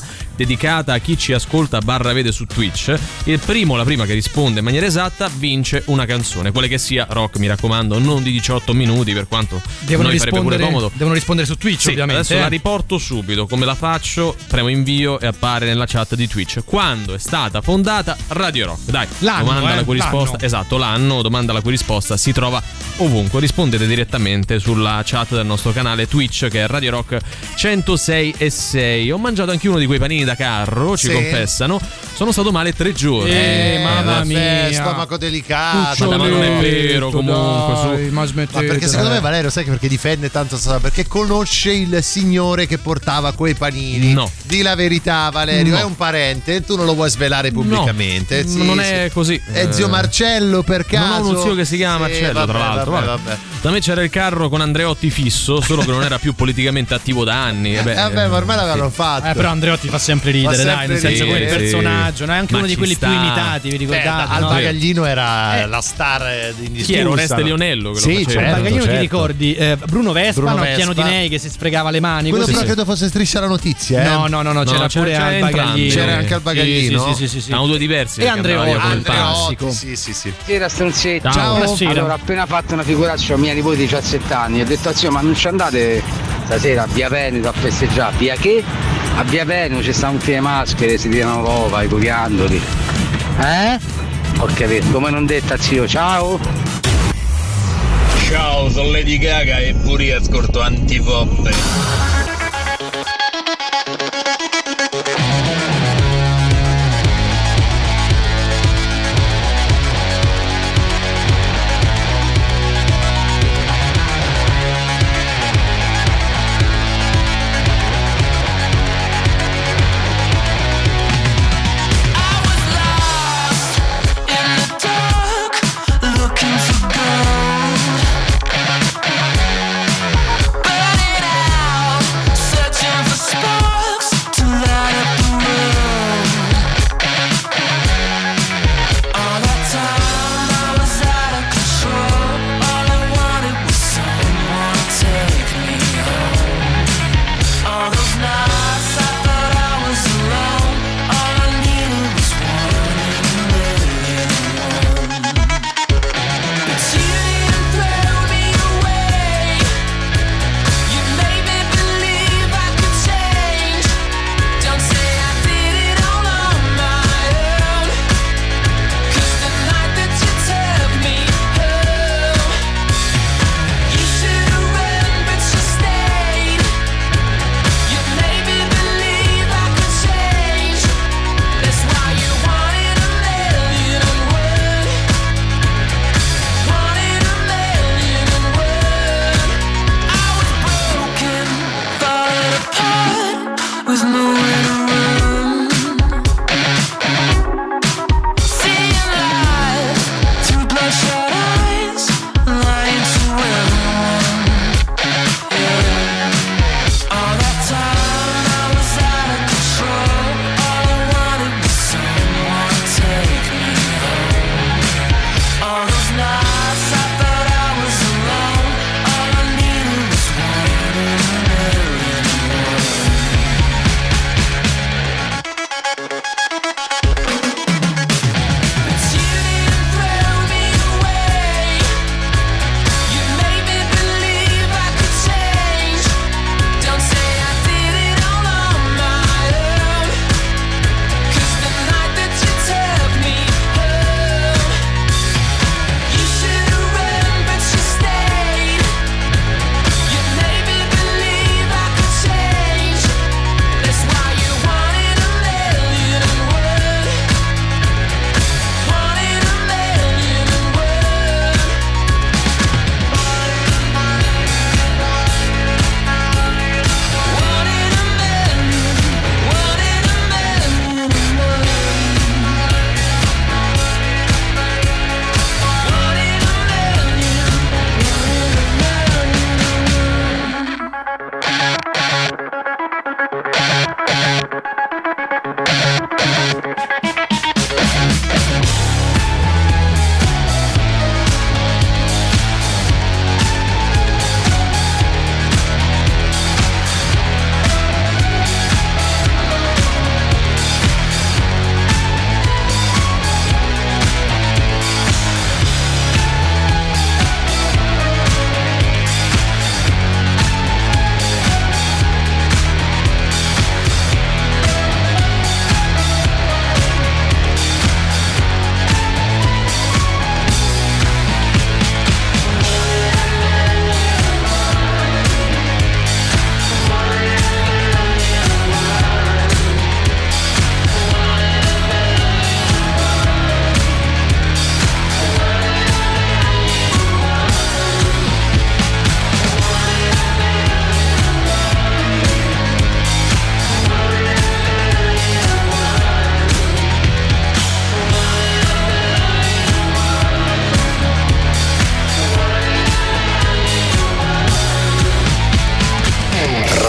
dedicata a chi ci ascolta barra vede su Twitch. Il primo, la prima che risponde in maniera esatta vince una canzone, quale che sia. Rock, mi raccomando, non di diciotto minuti, per quanto devono noi farebbe pure comodo. Devono rispondere su Twitch, sì, ovviamente. Adesso eh. la riporto subito. Come la faccio? Premo invio e appare nella chat di Twitch. Quando è stata fondata Radio Rock? Dai, l'anno, domanda eh, la cui risposta. l'anno. Esatto, l'anno, domanda la cui risposta si trova ovunque. Rispondete direttamente sulla chat del nostro canale Twitch, che è Radio Rock centosei e sei. Ho mangiato anche uno di quei panini da carro, ci Sì. confessano. Sono stato male tre giorni. Eh, mamma vabbè, mia. stomaco delicato. Cucciolo. Ma non è vero, comunque, dai, su. ma Ma smettete, perché secondo dai. me Valerio, sai che perché difende tanto sta- perché conosce il signore che portava quei panini. No. Di la verità, Valerio, No. è un parente, tu non lo vuoi svelare pubblicamente. No, Sì, non sì. è così. È zio Marcello per caso. Non ho uno zio che si chiama Sì, Marcello, vabbè, tra l'altro. vabbè, vabbè. vabbè. Da me c'era il carro con Andreotti fisso, solo che non era più politicamente attivo da anni. E beh, Eh, vabbè, ma ormai l'avevano fatto. Eh, però Andreotti fa sempre ridere, Fa dai, sempre nel senso ridere, quel sì. personaggio, no? È anche Ma uno di ci quelli sta. più imitati, vi Beh, ricordate? Al no? Bagaglino era Eh. la star eh, indiscussa. Chi era? Oreste Lionello che Sì, lo faceva? certo, Al Bagaglino ti certo. ricordi eh, Bruno Vespa, Bruno no? Vespa. Piano di Nei che si sfregava le mani. Quello così. però credo fosse Striscia la notizia, eh? No, no, no, no, c'era No, pure c'era- al c'era Bagaglino. entrambi. C'era anche al Bagaglino? Sì, sì, sì, sì, sì. Erano due diversi. E perché Andreotti, andava via con il Andreotti, classico. sì, sì, sì. Buonasera stronzetti. Ciao. Buonasera. Allora, ho appena fatto una figuraccia a mia nipote di diciassette anni. Ho detto a zio, ma non ci andate stasera a Via Veneto a festeggiare? Via che? A Via Veneto ci stanno tutte le maschere, si tirano l'ova, i coriandoli. Eh? Ho capito, come non detta zio, ciao. Ciao, sono Lady Gaga e pure io ascolto Antipoppe. Looking for gold, burn it out.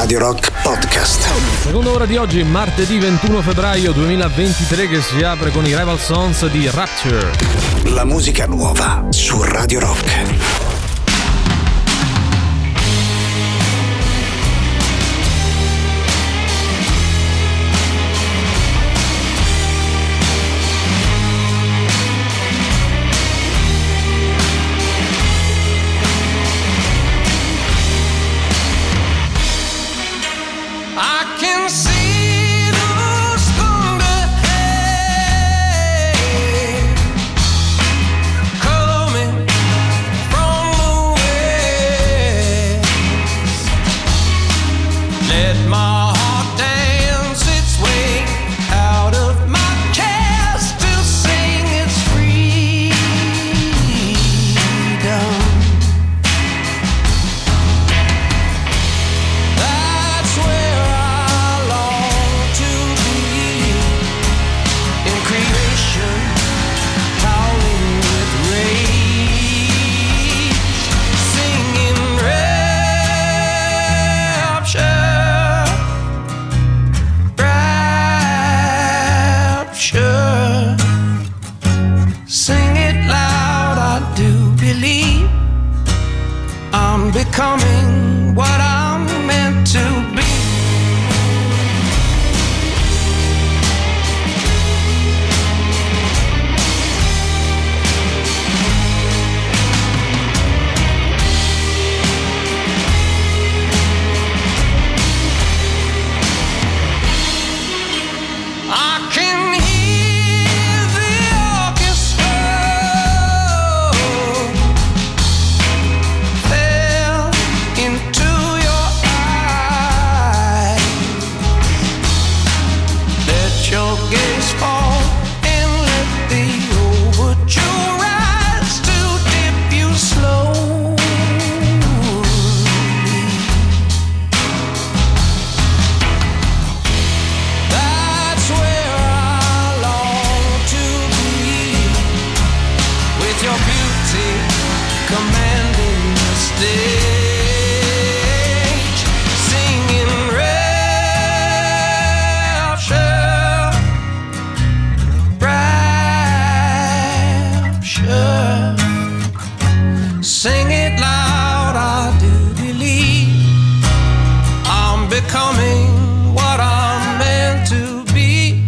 Radio Rock Podcast. Seconda ora di oggi, martedì ventuno febbraio duemilaventitré, che si apre con i Rival Sons di Rapture. La musica nuova su Radio Rock. Becoming what I'm meant to be. I can hear the orchestra fell into your eyes. Let your gaze fall and let the overture rise to dip you slowly. That's where I long to be, with your beauty commanding the stage, singing rapture, rapture. Sing it loud, I do believe I'm becoming what I'm meant to be.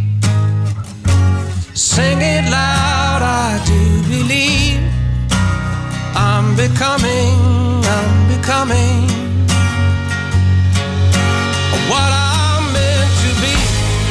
Sing it loud, I do believe I'm becoming, I'm becoming what I'm meant to be.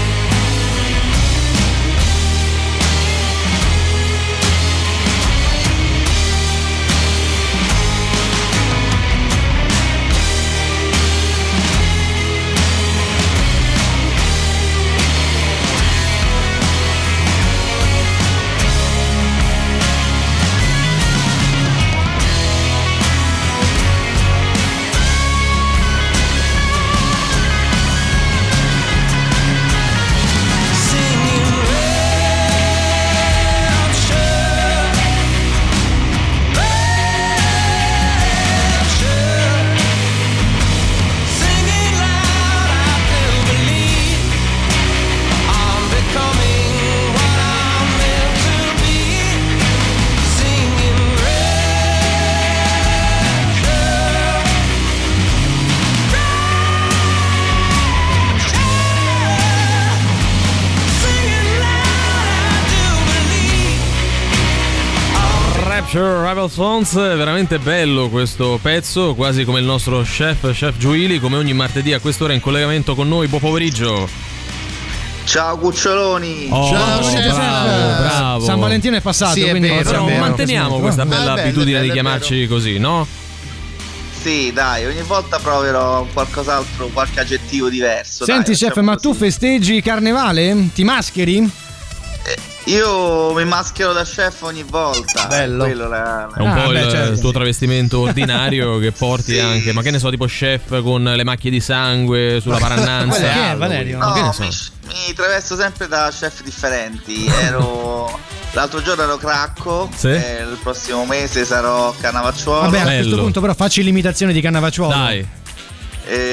Rival Sons, veramente bello questo pezzo, quasi come il nostro chef, chef Giuili, come ogni martedì a quest'ora in collegamento con noi. Buon pomeriggio. Ciao cuccioloni. Oh, Ciao, bravo, chef. bravo, bravo. San Valentino è passato, Sì, è quindi vero, Però è vero. manteniamo questa bella Ah, bello, abitudine bello, di è chiamarci così, no? Sì, dai, ogni volta proverò qualcos'altro, qualche aggettivo diverso. Senti dai, chef, facciamo ma così. tu festeggi carnevale? Ti mascheri? Io mi maschero da chef ogni volta. Bello. Quello la- È un Ah, po' beh, il certo. tuo travestimento ordinario che porti Sì. anche, ma che ne so, tipo chef con le macchie di sangue sulla parannanza. Quello che è, Valerio? Ma che No, ne so? mi, mi travesto sempre da chef differenti. Ero l'altro giorno ero Cracco, Sì. e il prossimo mese sarò Cannavacciuolo. Vabbè, a questo Bello. punto però facci l'imitazione di Cannavacciuolo. Dai. E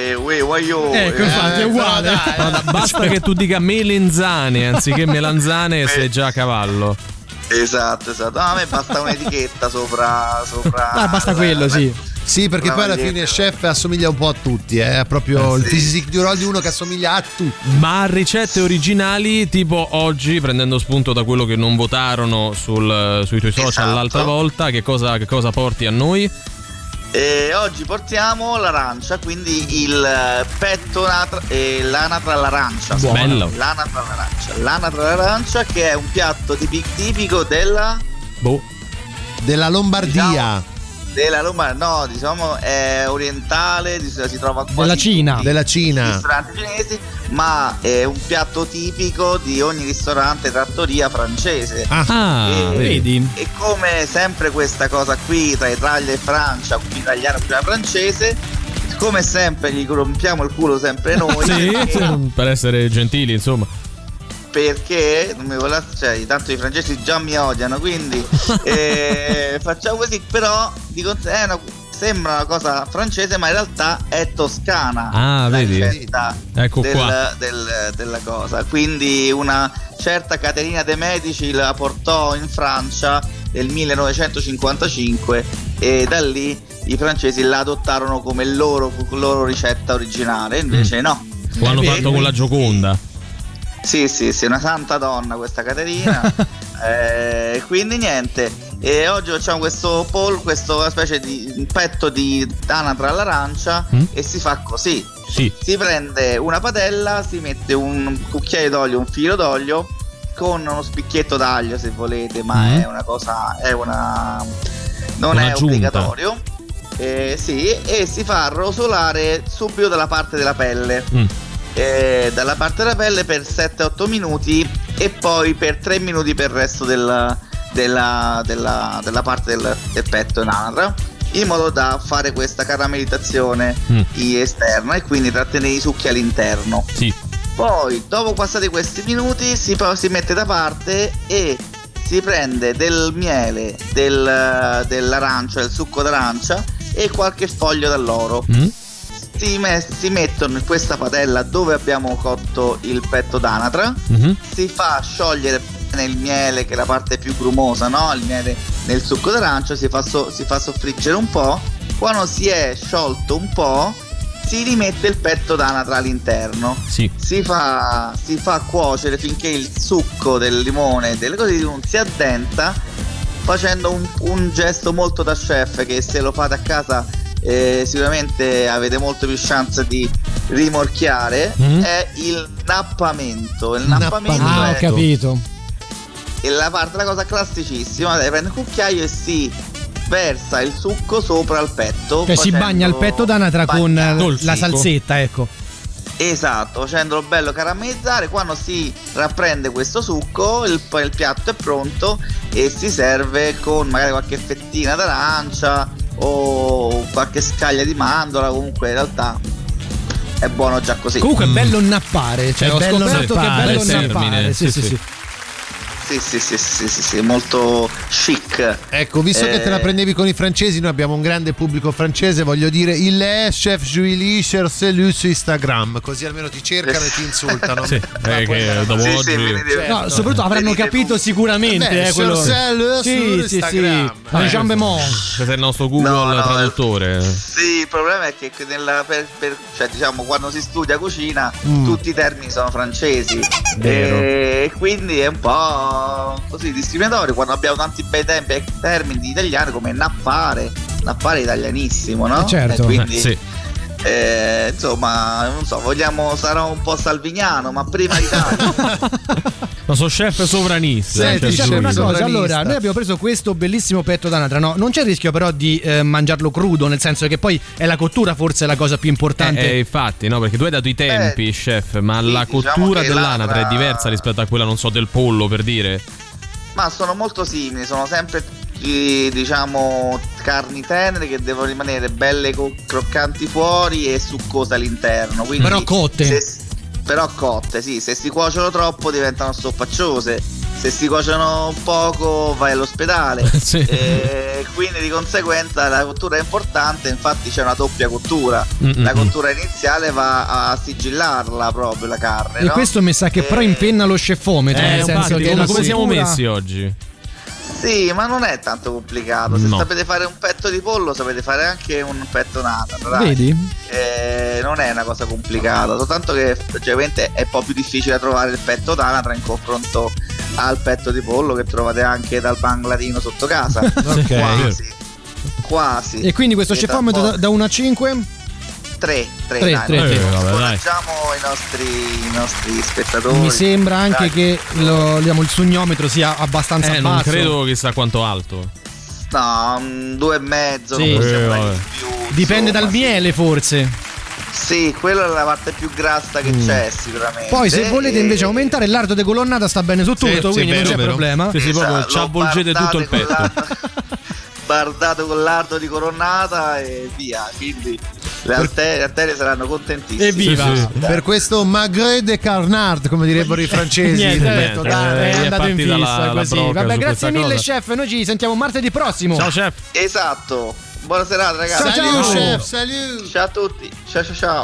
eh, uè, guaio. Ecco, infatti è uguale. Guarda, basta che tu dica melenzane anziché melanzane e sei già a cavallo. Esatto, esatto. No, a me basta un'etichetta sopra. sopra ah, basta quello, sì. Sì, perché La poi alla maglietta. fine Chef assomiglia un po' a tutti, eh? È proprio Eh, il sì. physique du role di uno che assomiglia a tutti. Ma ricette originali, tipo oggi, prendendo spunto da quello che non votarono sul, sui tuoi social Esatto. l'altra volta, che cosa, che cosa porti a noi? E oggi portiamo l'arancia, quindi il petto natra, e l'anatra all'arancia. Bello. L'anatra all'arancia. L'anatra all'arancia, che è un piatto tipi- tipico della Boh. Della Lombardia. Diciamo, della Lombardia, no, diciamo è orientale, si trova quasi Della Cina. tutti Della i Cina. ristoranti cinesi, ma è un piatto tipico di ogni ristorante trattoria francese. Ah, e, vedi? e come sempre questa cosa qui tra Italia e Francia, italiano e francese, come sempre gli rompiamo il culo sempre noi. Sì, perché, per essere gentili, insomma. perché non mi vuole, cioè, tanto i francesi già mi odiano, quindi eh, facciamo così, però di cons- è una, sembra una cosa francese, ma in realtà è toscana. Ah, la vedi? ricetta Ecco del, qua. del- della cosa. Quindi una certa Caterina de' Medici la portò in Francia nel millenovecentocinquantacinque e da lì i francesi la adottarono come loro, loro ricetta originale, invece Mm. no. Lo hanno Eh, fatto con la Gioconda. Sì, sì, sì, una santa donna questa Caterina. eh, quindi niente. E oggi facciamo questo pollo, questa specie di petto di anatra all'arancia Mm? e si fa così. Sì. Si prende una padella, si mette un cucchiaio d'olio, un filo d'olio con uno spicchietto d'aglio se volete, ma Mm. è una cosa, è una non è Un'aggiunta. obbligatorio. Eh, sì, e si fa rosolare subito dalla parte della pelle. Mm. Eh, dalla parte della pelle per sette otto minuti e poi per tre minuti per il resto del, della, della, della parte del, del petto in anatra, in modo da fare questa caramellizzazione Mm. esterna e quindi trattenere i succhi all'interno. Sì. Poi dopo passati questi minuti si, poi si mette da parte e si prende del miele, del, dell'arancia, del succo d'arancia e qualche foglio d'alloro. Mm? Si, me- si mettono in questa padella dove abbiamo cotto il petto d'anatra, Mhm. si fa sciogliere nel miele, che è la parte più grumosa, no? Il miele nel succo d'arancia, si fa, so- si fa soffriggere un po'. Quando si è sciolto un po', si rimette il petto d'anatra all'interno. Sì. Si fa, si fa cuocere finché il succo del limone e delle cose non si addenta, facendo un, un gesto molto da chef che se lo fate a casa eh, sicuramente avete molto più chance di rimorchiare. Mm. È il nappamento. Il nappamento Ah, ho è capito. e la parte, la cosa classicissima, lei prende il cucchiaio e si versa il succo sopra il petto, Cioè si bagna il petto d'anatra con bagnato. la salsetta, ecco. Esatto, facendolo bello caramellizzare. Quando si rapprende questo succo, il, poi il piatto è pronto e si serve con magari qualche fettina d'arancia o qualche scaglia di mandorla. Comunque in realtà è buono già così. Comunque è bello nappare, cioè È ho bello scoperto che è nappare, bello il termine, nappare. Sì, sì, sì, sì. sì. Sì, sì, sì, sì, sì, sì, molto chic. Ecco, visto che Eh, te la prendevi con i francesi, noi abbiamo un grande pubblico francese, voglio dire, il est chef Julie Chercelu su Instagram, così almeno ti cercano e ti insultano. Sì, Ma eh, poi- che dopo Sì, sì, oggi venite- Certo. No, soprattutto avranno capito sicuramente, Beh, eh, quello. Chercelu Sì, su sì, sì. Instagram. Ma Jean Bemont. Sei il nostro Google No, no, traduttore. Sì, il problema è che nella, per, per- cioè, diciamo, quando si studia cucina Mm. tutti i termini sono francesi. Vero. E quindi è un po' così discriminatorio quando abbiamo tanti bei tempi e termini di italiano come nappare. Nappare è italianissimo, no? Eh, certo. E quindi, Eh, sì. eh, insomma, non so, vogliamo, sarò un po' salviniano, ma prima d'Italia. Ma sono chef sovranista. Senti, cioè, Diciamo chef una lui. cosa, sovranista. allora, noi abbiamo preso questo bellissimo petto d'anatra, no? Non c'è il rischio però di eh, mangiarlo crudo, nel senso che poi è la cottura forse la cosa più importante. Eh, eh, infatti, no, perché tu hai dato i tempi, Eh, chef, ma sì, la diciamo cottura che dell'anatra l'anatra- è diversa rispetto a quella, non so, del pollo, per dire. Ma sono molto simili, sono sempre tutti, diciamo, carni tenere che devono rimanere belle co- croccanti fuori e succose all'interno. Quindi Però cotte. se- però cotte, sì, se si cuociono troppo diventano stoppacciose. se si cuociono poco vai all'ospedale. Sì. E quindi di conseguenza la cottura è importante, infatti c'è una doppia cottura. Mm-mm. La cottura iniziale va a sigillarla proprio la carne, E no? questo mi sa che E- però impenna lo scefometro, Eh, nel senso infatti, che come, la come siamo cottura- messi oggi? Sì, ma non è tanto complicato. Se No. sapete fare un petto di pollo, sapete fare anche un petto nata. Dai. Vedi? Eh, non è una cosa complicata, soltanto che ovviamente è un po' più difficile da trovare il petto d'anatra in confronto al petto di pollo che trovate anche dal bangladino sotto casa. Ok. Quasi. Quasi. E quindi questo E tra scefometro po'- da, da uno a cinque? tre, tre, Tre, dai, tre, non- tre. Eh, vabbè, dai. Scoraggiamo i nostri, i nostri spettatori. Mi sembra anche Dai. che lo, diciamo, il sognometro sia abbastanza Eh, non basso. credo chissà quanto alto. No, un due e mezzo, Sì. non possiamo Eh, dare vabbè. di più. Dipende insomma, dal sì. miele forse. Sì, quella è la parte più grassa che Mm. c'è sicuramente. Poi se volete E- invece aumentare l'ardo di colonnata sta bene su tutto, Sì, sì, quindi vero, non c'è vero. problema. Sì, sì, proprio Esatto, ci avvolgete lo tutto il bardate con petto. l'ardo- bardato con l'ardo di colonnata e via. Quindi le arterie, le arterie saranno contentissime. Evviva! Sì, sì. Per questo magret de carnard, come direbbero i francesi. Niente, Ho eh, detto, niente, dai. eh, è è andato in partita fissa la- la così. broca Vabbè, su grazie questa mille cosa. chef, noi ci sentiamo martedì prossimo. Ciao chef. Esatto. Buona serata ragazzi. Ciao, Salut, ciao. chef, salut. Ciao a tutti. Ciao ciao ciao.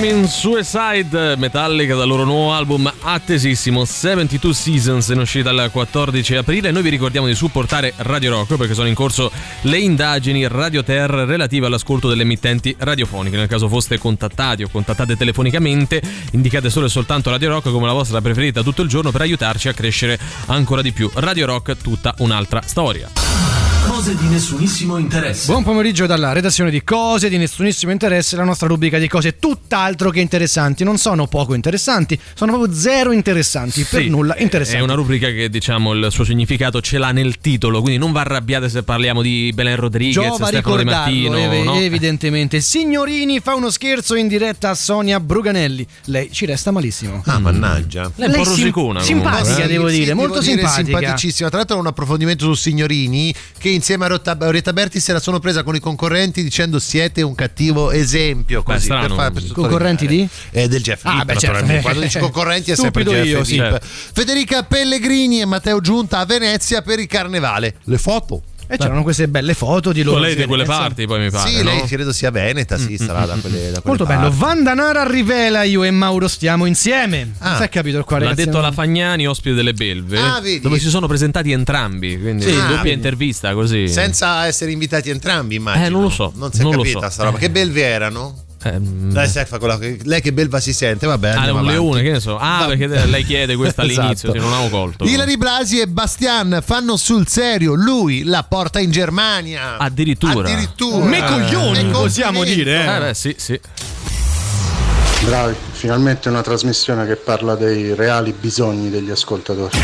Coming Suicide, Metallica, dal loro nuovo album attesissimo settantadue Seasons, in uscita il quattordici aprile. Noi vi ricordiamo di supportare Radio Rock perché sono in corso le indagini Radio Ter relative all'ascolto delle emittenti radiofoniche. Nel caso foste contattati o contattate telefonicamente, indicate solo e soltanto Radio Rock come la vostra preferita tutto il giorno per aiutarci a crescere ancora di più. Radio Rock, tutta un'altra storia. Cose di nessunissimo interesse. Buon pomeriggio dalla redazione di Cose di nessunissimo interesse, la nostra rubrica di cose tutt'altro che interessanti. Non sono poco interessanti, sono proprio zero interessanti, Sì, per nulla interessanti. È una rubrica che, diciamo, il suo significato ce l'ha nel titolo, quindi non vi arrabbiate se parliamo di Belen Rodriguez, Giova Stefano Di Martino, ev- no? evidentemente. Signorini fa uno scherzo in diretta a Sonia Bruganelli. Lei ci resta malissimo. Ah, mannaggia. Lei è un po' sim- rosicona, simpatica, comunque, eh? devo Sì, dire, devo molto dire simpatica. simpaticissima. Tra l'altro, un approfondimento su Signorini che insieme a Rotta- Orietta Berti se la sono presa con i concorrenti dicendo siete un cattivo esempio. Così, Beh, strano. per far, per Concorrenti di? Eh, del Jeff Ah, Vip, beh, certo. naturalmente. Quando dici concorrenti è sempre Stupido Jeff io, Vip. sì. Certo. Federica Pellegrini e Matteo Giunta a Venezia per il carnevale. Le foto. E c'erano queste belle foto di loro. Lei di quelle Venezia. parti, poi mi pare. Sì, no? lei credo sia veneta, sì, sarà da quelle, da quelle Molto parti. bello. Vandanara rivela io e Mauro stiamo insieme. Ah. Non si è capito il quale. L'ha ragazzi, detto non- la Fagnani, ospite delle Belve, Ah, vedi? dove si sono presentati entrambi, quindi Sì. doppia Ah, vedi. intervista così. Senza essere invitati entrambi, immagino. Eh, non lo so, Non si è non lo capita so. sta roba. Che belve erano? Ehm, Lei, sa, fa quella- lei che belva si sente, vabbè. Ah, è andiamo un avanti. leone, che ne so. Ah, perché lei chiede questo all'inizio, Esatto. sì, non avevo colto. Ilari Blasi e Bastian fanno sul serio, lui la porta in Germania. Addirittura. Addirittura. Me coglioni, Me possiamo complimento. dire. Eh beh, sì, sì. Bravi, finalmente una trasmissione che parla dei reali bisogni degli ascoltatori.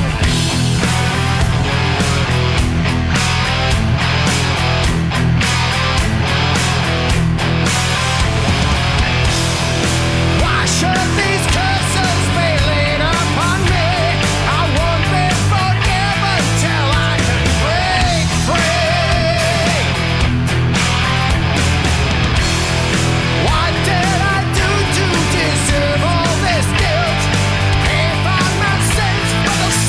Why should these curses be laid upon me? I won't be forgiven till I can break free. What did I do to deserve all this guilt? Pay for my sins with a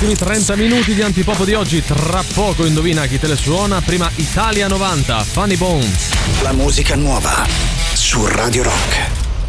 ultimi trenta minuti di Antipopo di oggi. Tra poco indovina chi te le suona. Prima Italia novanta, Funny Bones. La musica nuova su Radio Rock.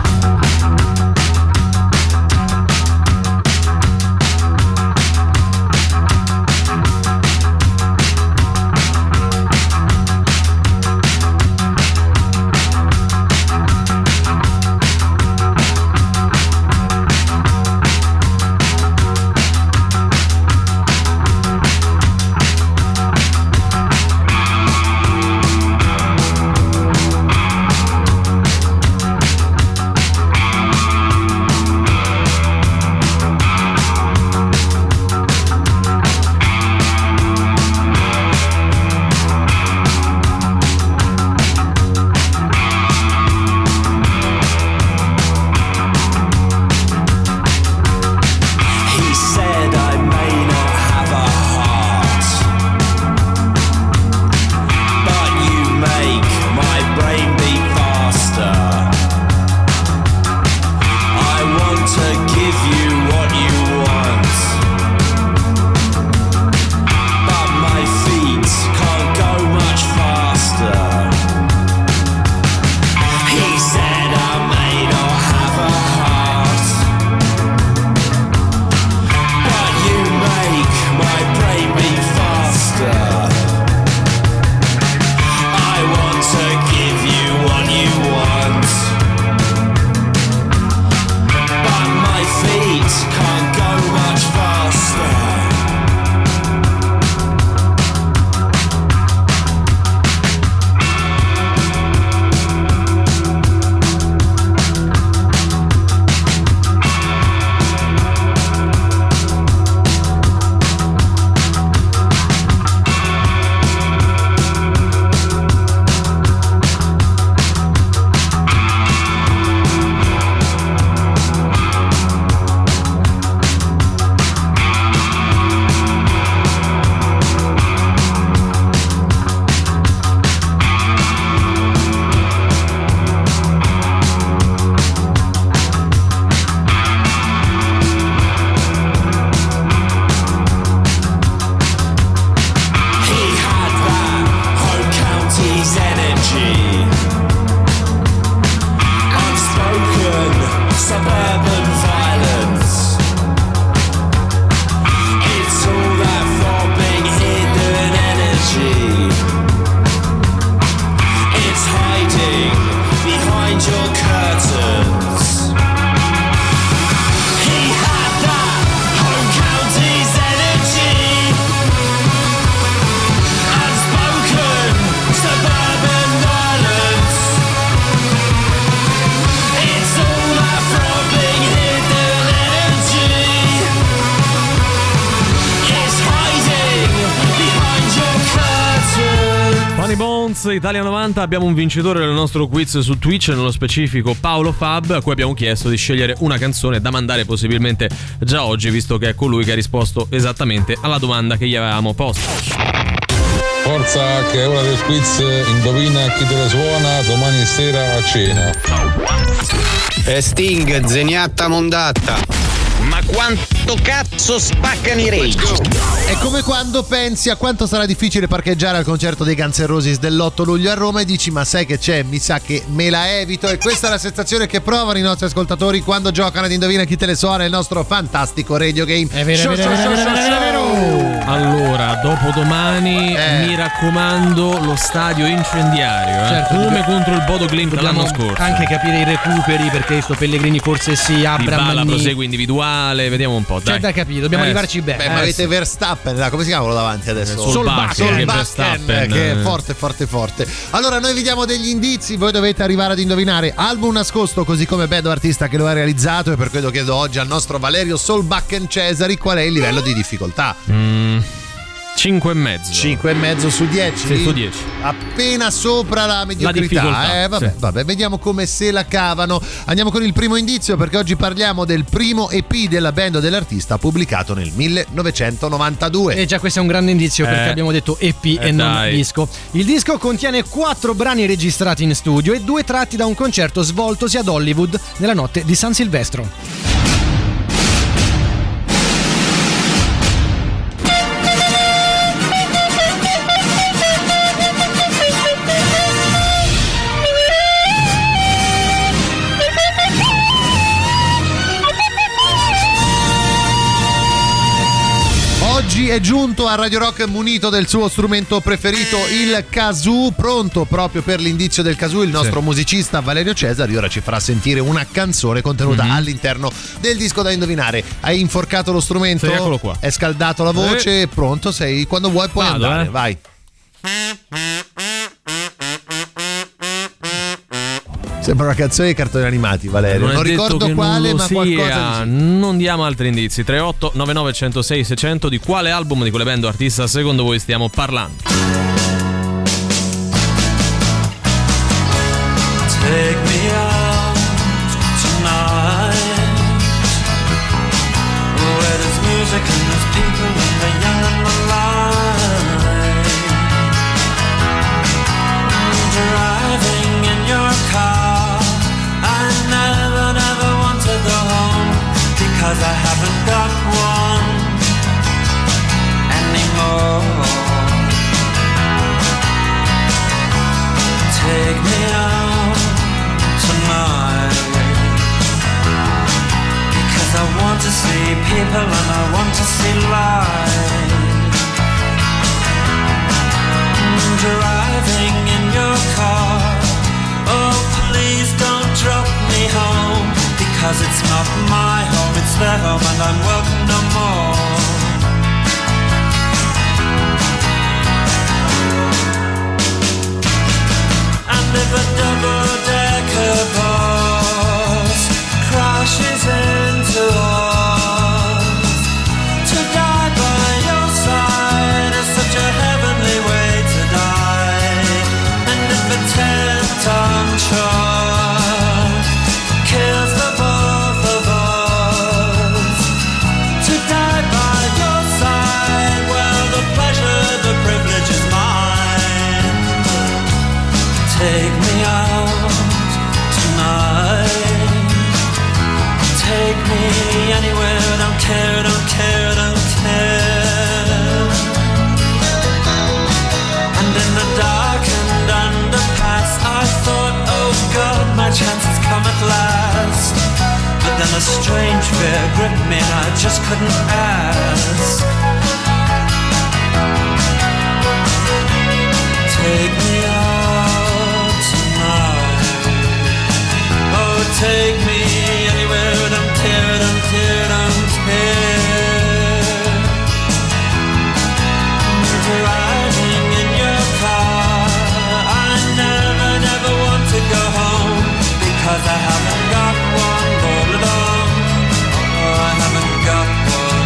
Italia novanta abbiamo un vincitore del nostro quiz su Twitch, nello specifico Paolo Fab, a cui abbiamo chiesto di scegliere una canzone da mandare possibilmente già oggi, visto che è colui che ha risposto esattamente alla domanda che gli avevamo posto. Forza, che è ora del quiz, indovina chi te la suona domani sera a cena. E Sting, Zeniatta Mondatta. Ma quanto cazzo spaccano i Rage? È come quando pensi a quanto sarà difficile parcheggiare al concerto dei Guns N' Roses dell'otto luglio a Roma e dici ma sai che c'è, mi sa che me la evito. E questa è la sensazione che provano i nostri ascoltatori quando giocano ad Indovina chi te le suona, il nostro fantastico radio game. È vero, è vero, è vero, è vero. Allora, dopodomani Eh. mi raccomando lo stadio incendiario, eh? Certo, come dobbiamo- contro il Bodo Glimt Dobbiamo l'anno scorso. anche capire i recuperi, perché sto Pellegrini forse si apre a Dybala Manni. prosegue individuale, vediamo un po', C'è dai. da capire, dobbiamo Eh, arrivarci bene. Beh, eh, ma avete sì. Verstappen, là, come si chiama quello davanti adesso? Solbakken, Solbakken, che Solbakken, Verstappen. che è forte, forte, forte. Allora, noi vi diamo degli indizi, voi dovete arrivare ad indovinare album nascosto, così come band o artista che lo ha realizzato, e per quello chiedo oggi al nostro Valerio Solbakken Cesari qual è il livello di difficoltà. Mm, cinque e mezzo. cinque e mezzo su dieci? Sì, su dieci. Appena sopra la mediocrità. difficoltà, eh, vabbè, sì. vabbè, vediamo come se la cavano. Andiamo con il primo indizio, perché oggi parliamo del primo E P della band o dell'artista pubblicato nel millenovecentonovantadue. E già questo è un grande indizio, perché Eh. abbiamo detto E P Eh, e non dai. disco. Il disco contiene quattro brani registrati in studio e due tratti da un concerto svoltosi ad Hollywood nella notte di San Silvestro. oggi è giunto a Radio Rock munito del suo strumento preferito, il kazoo, pronto proprio per l'indizio del kazoo il nostro sì. musicista Valerio Cesari. Ora ci farà sentire una canzone contenuta mm-hmm. all'interno del disco da indovinare. Hai inforcato lo strumento? Sì, eccolo qua. È scaldato la voce? Eh. Pronto? Sei? Quando vuoi puoi Vado, andare, eh. vai. Sembra una canzone di cartoni animati, Valerio. Non, non ricordo quale, non ma sia. qualcosa. Non diamo altri indizi. tre otto nove nove uno zero sei sei zero zero. Di quale album, di quale band o artista secondo voi stiamo parlando? Take me out tonight, where there's music and there's people and the young and the light. Driving in your car, I never, never want to go home, because I haven't got one anymore. Take me out tonight, because I want to see people and I want to see light. Driving in your car, oh please don't drop me home, because it's not my home, it's their home and I'm welcome no more. And if a double-decker bus crashes into us, to die by your side is such a heavenly way to die. And if a ten-ton truck kills the both of us, to die by your side, well, the pleasure, the privilege is mine. Take me out tonight, take me anywhere, don't care, don't care, don't care. And in the darkened underpass, I thought, oh God, my chance has come at last. But then a strange fear gripped me and I just couldn't ask. Take me out tonight, oh take me anywhere, don't care, don't care, don't care. Driving in your car, I never, never want to go home, because I haven't got one, blah, blah, blah. Oh, I haven't got one.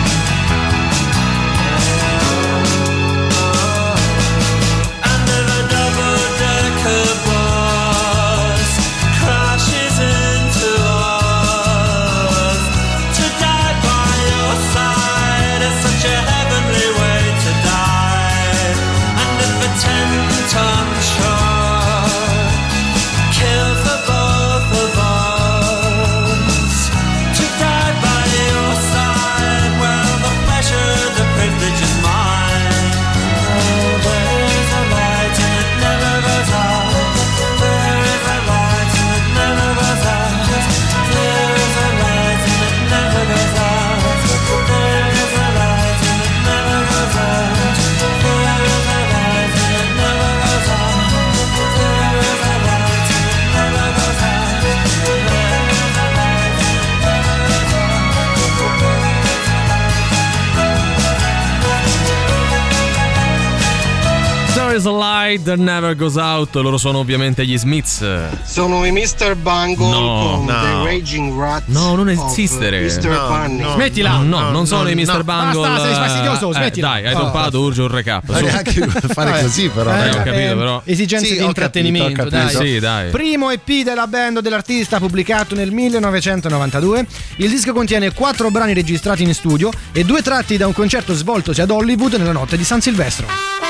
And if a double-decker bus crashes into us, to die by your side is such a heavenly way to die. And if a ten-ton truck kills the both of us, to die by your side, well, the pleasure, the privilege is mine. Oh, there is a light and it never goes out. There is a light and it never goes out. There is a light and it never goes out. There is a light and it never goes out. There is a light and it never goes out. There is a light and it never goes out. There is a light and it never goes out. There is a light that never goes out. Loro sono ovviamente gli Smiths. Sono i mister Bungle No, con no. The Raging Rats. No, non of esistere. mister No, Bunny. no, Smettila. No, no, No, non sono no, i mister no. Bungle. Basta, sei fastidioso, Eh, smettila. dai, hai Oh. toppato, urge un recap. Non su. è anche fare Vabbè. così, però. Dai, ho Eh, capito, eh, però. Esigenze Sì, di ho intrattenimento, capito, ho capito. dai. Sì, dai. Primo E P della band o dell'artista pubblicato nel millenovecentonovantadue. Il disco contiene quattro brani registrati in studio e due tratti da un concerto svoltosi ad Hollywood nella notte di San Silvestro.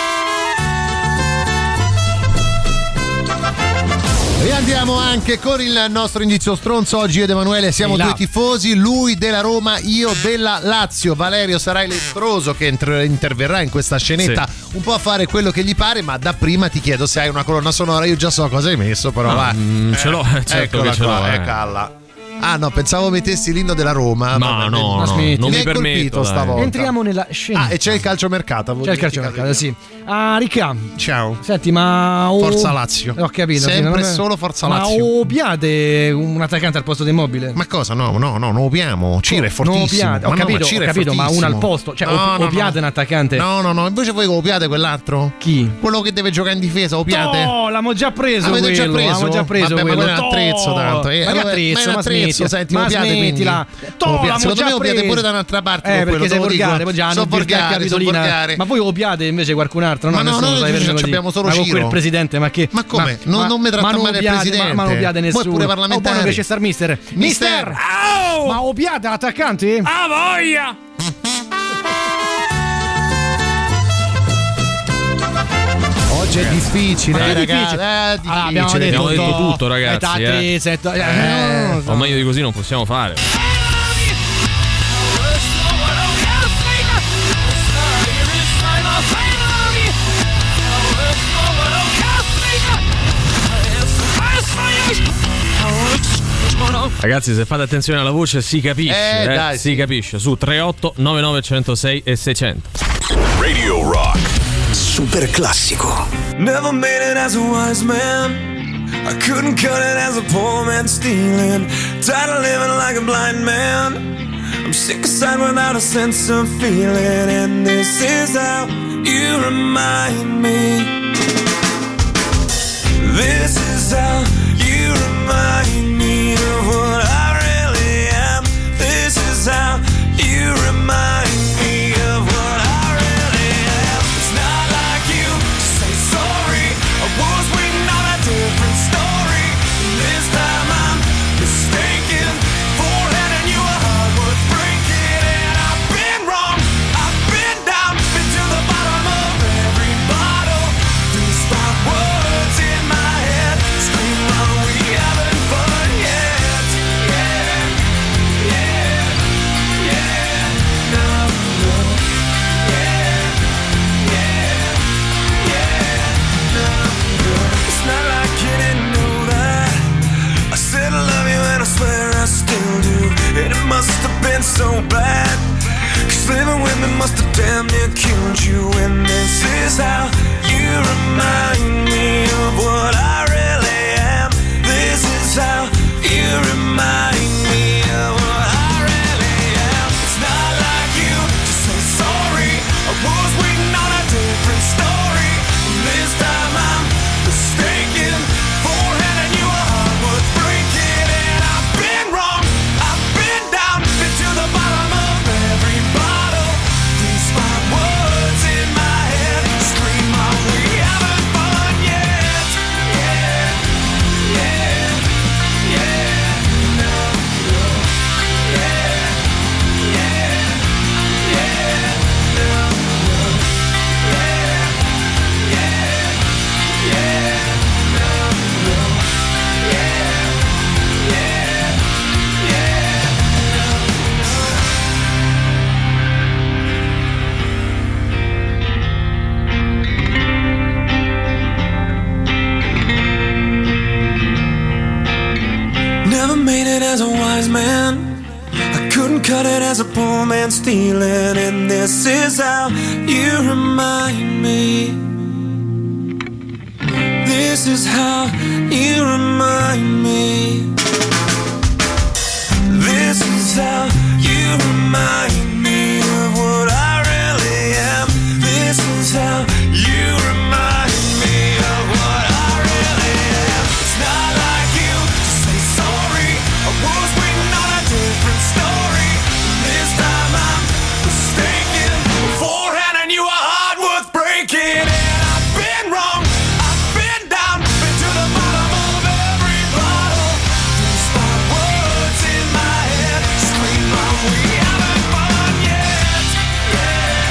E andiamo anche con il nostro indizio stronzo. Oggi io ed Emanuele siamo Ehi là. due tifosi, lui della Roma, io della Lazio. Valerio sarai l'estroso che entr- interverrà in questa scenetta un po' a fare quello che gli pare, ma da prima ti chiedo se hai una colonna sonora. Io già so cosa hai messo, però No, va. mm, ce l'ho, certo eccola che ce qua, l'ho, eh. Eccola. Ah no, pensavo mettessi l'inno della Roma. Ma vabbè, no, ma no, mi non mi hai permetto, colpito dai. stavolta. Entriamo nella scena. Ah, e c'è il calciomercato. C'è il calciomercato, sì. Ah, Ricca. Ciao. Senti, ma oh, Forza Lazio. Ho capito. Sempre sì, è... solo Forza ma Lazio. Ma Opiate un attaccante al posto di Immobile? Ma cosa? No, no, no, non opiamo. Ciro è No, fortissimo. Opiate. Ho Ma no, capito, ma Ciro ho è capito, ma fortissimo. uno al posto. Cioè, No, Op- no, Opiate no. è un attaccante. No, no, no. Invece voi copiate quell'altro? Chi? Quello che deve giocare in difesa, Opiate. No, l'abbiamo già preso. Avete quello, già preso? L'abbiamo già preso. Vabbè, ma quello. quello è un attrezzo, Toh! tanto. Eh, Ma che allora, attrezzo? ma è un Ma attrezzo, smettila. senti, ma Opiate, quindi. smettila. Toh, Opiate. l'abbiamo Secondo già me Opiate preso. pure da un'altra parte. Eh, con perché quello, sei te lo dico. volgare, poi già So hanno virtà volgare, so capitolina. volgare. Ma voi Opiate invece qualcun altro? No, Ma no, nessuno noi sai invece prendere così. abbiamo solo ma con Ciro. quel presidente, ma che? Ma come? Ma, Non- non mi tratta ma male il Opiate, presidente. Ma, ma non Opiate Voi nessuno. pure Oh, parlamentari. buono che c'è star mister. Mister! Mister! Ma Opiate l'attaccante? Ah, voglia! Oggi è difficile, Ma eh, è ragazzi. difficile. Eh, difficile. Ah, abbiamo detto, Abbiamo detto to- tutto, ragazzi, età eh. tre, sette, eh, Eh, non lo so. O meglio di così non possiamo fare. Ragazzi, se fate attenzione alla voce si capisce, Eh, eh, dai, si sì. capisce. Su tre otto nove nove uno zero sei e seicento. Radio Rock. Super classico. Never made it as a wise man. I couldn't cut it as a poor man stealing. Tired of living like a blind man. I'm sick aside without a sense of feeling. And this is how you remind me. This is how you remind me of what I really am. This is how you remind me of what I really am. It's not like you to say sorry. I was waiting on a different story. This time I'm mistaken for handing you a heart worth breaking. And I've been wrong, I've been down, been to the bottom of every bottle. These five words in my head scream, are we having fun yet? Yeah, yeah, yeah, no, no, yeah, yeah, yeah, no, no. It's not like you didn't know that. I said I love you and I swear I still do. And it must have been so bad, 'cause living with me must have damn near killed you. And this is how you remind me of what I really am. This is how you remind me of what I really am. It's not like you to say sorry. I was waiting on a different story. This time I'm mistaken for handing you a heart worth breaking. And I've been wrong, I've been down, been to the bottom of every bottle. These five words in my head scream, are we having fun yet? Yeah, yeah, yeah, no, no, yeah, yeah, yeah, no, no, yeah, yeah, yeah, no, no, yeah, yeah, yeah, Never made it as a wise man. I couldn't cut it as a poor man stealing. And this is how you remind me. This is how you remind me. This is how you remind me of what I really am. This is how you remind me of what I really am. It's not like you to say sorry. I was waiting on a different story. This time I'm mistaken for handing you a heart worth breaking. And I've been wrong, I've been down, been to the bottom of every bottle. These five words in my head scream, are we having fun yet? Yeah,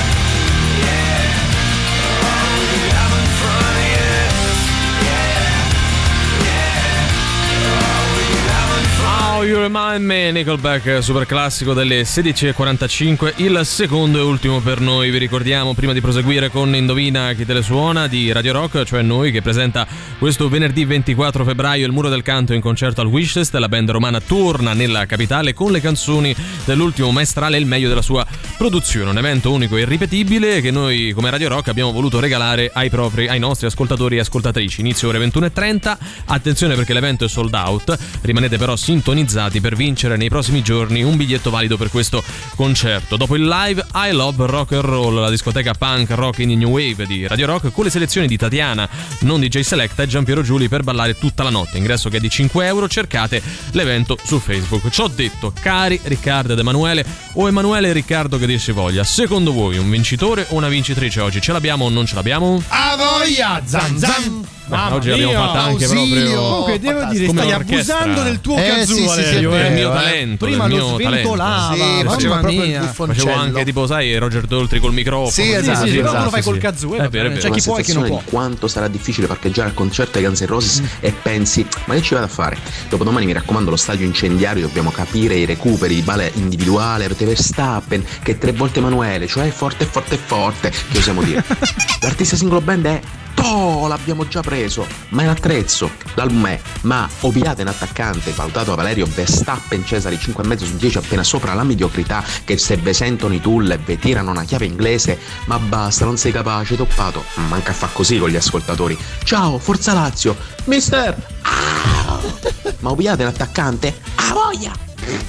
yeah, are we having fun yet? Yeah, yeah, are we having fun? How you remind Remind Me, Nickelback, super classico delle sedici e quarantacinque, il secondo e ultimo per noi. Vi ricordiamo, prima di proseguire con Indovina chi te le suona di Radio Rock, cioè noi, che presenta questo venerdì ventiquattro febbraio il Muro del Canto in concerto al Wishes. La band romana torna nella capitale con le canzoni dell'ultimo maestrale e il meglio della sua produzione. Un evento unico e irripetibile che noi come Radio Rock abbiamo voluto regalare ai propri, ai nostri ascoltatori e ascoltatrici. Inizio ore ventuno e trenta. Attenzione perché l'evento è sold out, rimanete però sintonizzati per vincere nei prossimi giorni un biglietto valido per questo concerto. Dopo il live I Love Rock and Roll, la discoteca punk rock in New Wave di Radio Rock, con le selezioni di Tatiana, non D J Selecta, e Giampiero Giuli per ballare tutta la notte. Ingresso che è di cinque euro, cercate l'evento su Facebook. Ciò detto, cari Riccardo ed Emanuele, o Emanuele e Riccardo che dir si voglia, secondo voi un vincitore o una vincitrice oggi? Ce l'abbiamo o non ce l'abbiamo? A voglia, zan zan! Ma oggi l'abbiamo fatta anche proprio. Comunque devo dire, come stai orchestra. abusando del tuo Eh, kazoo, sì, sì, Valerio, sì, è È eh. il mio eh. talento. Prima il lo mio sventolava, Sì, mamma faceva proprio il mia. buffoncello. Facevo anche tipo, sai, Roger Daltrey col microfono. Sì, Sì, esatto, sì, sì, esatto, però lo fai sì, col sì. kazoo, eh, È vero, è vero. c'è chi può e chi non può. Di quanto sarà difficile parcheggiare al concerto dei Guns N' Roses e pensi, ma che ci vado a fare? Dopodomani, mi raccomando, lo stadio incendiario, dobbiamo capire i recuperi di bale individuale. Avete Verstappen che è tre volte Emanuele, cioè forte forte forte, che osiamo dire. L'artista singolo band è Oh, l'abbiamo già preso, ma è l'attrezzo. L'album è Ma obiate in attaccante, valutato a Valerio Verstappen Cesari cinque e mezzo su dieci, appena sopra la mediocrità, che se ve sentono i Tool e ve tirano una chiave inglese, ma basta, non sei capace, toppato. Manca a fa così con gli ascoltatori. Ciao, Forza Lazio, mister. Ah, ma obiate in attaccante? A voglia.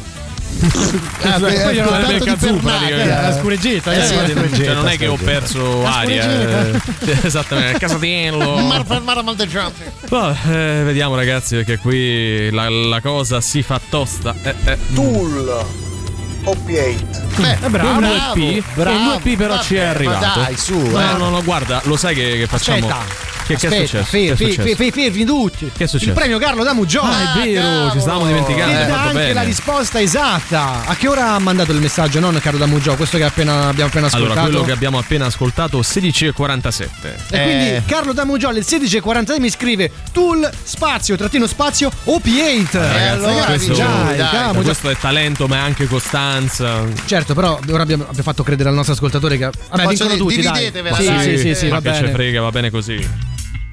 Ah, beh, Poi con non è tanto del di kazoo, pernacchia. praticamente. La scureggetta, Eh, eh, sì, eh. la scureggetta, Cioè non è che ho perso aria, eh. Esattamente, casatiello. Oh, eh, vediamo ragazzi, perché qui la, la cosa si fa tosta. Eh, eh. Tool O P otto. Beh, Eh, bravo, un due P, bravo. un due P però ci è Vabbè, arrivato. ma dai, su, No, eh. no, no, guarda, lo sai che, che facciamo? Aspetta. Che, che è Aspetta, successo? fermi, Che è fermi, successo? fermi, fermi tutti. Che è successo? Il premio Carlo da Mugiò. Ah, è vero, ci stavamo dimenticando. Ed Hai dà fatto anche bene. la risposta esatta. A che ora ha mandato il messaggio? Non Carlo da Mugiò, questo che appena, abbiamo appena ascoltato. Allora, quello che abbiamo appena ascoltato, sedici e quarantasette. E Eh. quindi Carlo da Mugiò alle sedici e quarantasei mi scrive Tool spazio trattino spazio O P otto. Ragazzi, allora, questo, dai, dai. Carlo, questo è talento, ma è anche costanza. Certo, però ora abbiamo, abbiamo fatto credere al nostro ascoltatore che vabbè, Posso vincono dire, tutti, dai. dividetevela, Sì, dai. sì, sì, sì, ma va che ce bene. frega, va bene così.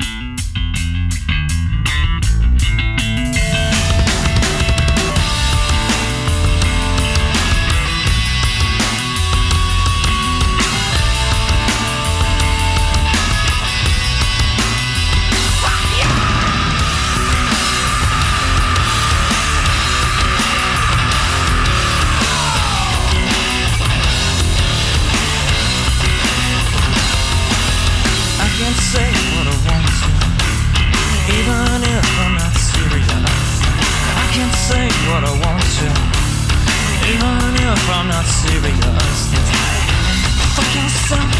I can't say what I want to, even if I'm not serious. I can't say what I want to, even if I'm not serious. Fuck yourself,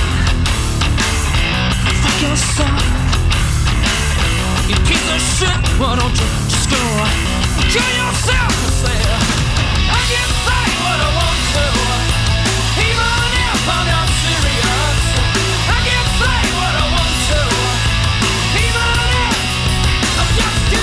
fuck yourself. You piece of shit, why don't you just go kill yourself instead? I can't say what I want to, even if I'm not serious. I can't say what I want to, even if I'm just too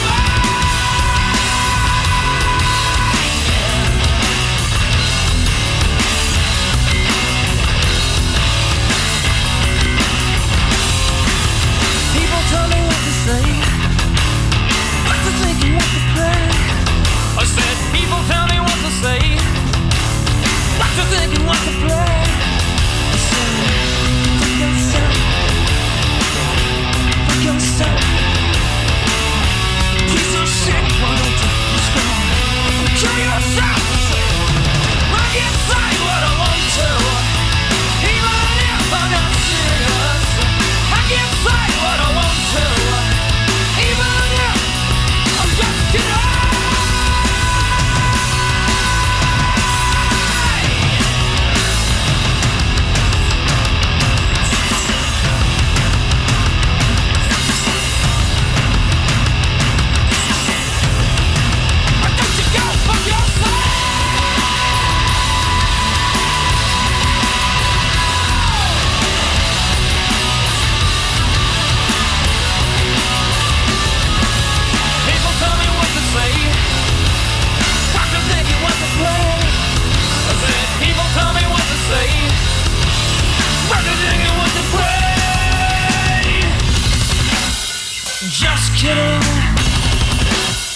People tell me what to say, what to think and what to play. I said, people tell me what to say,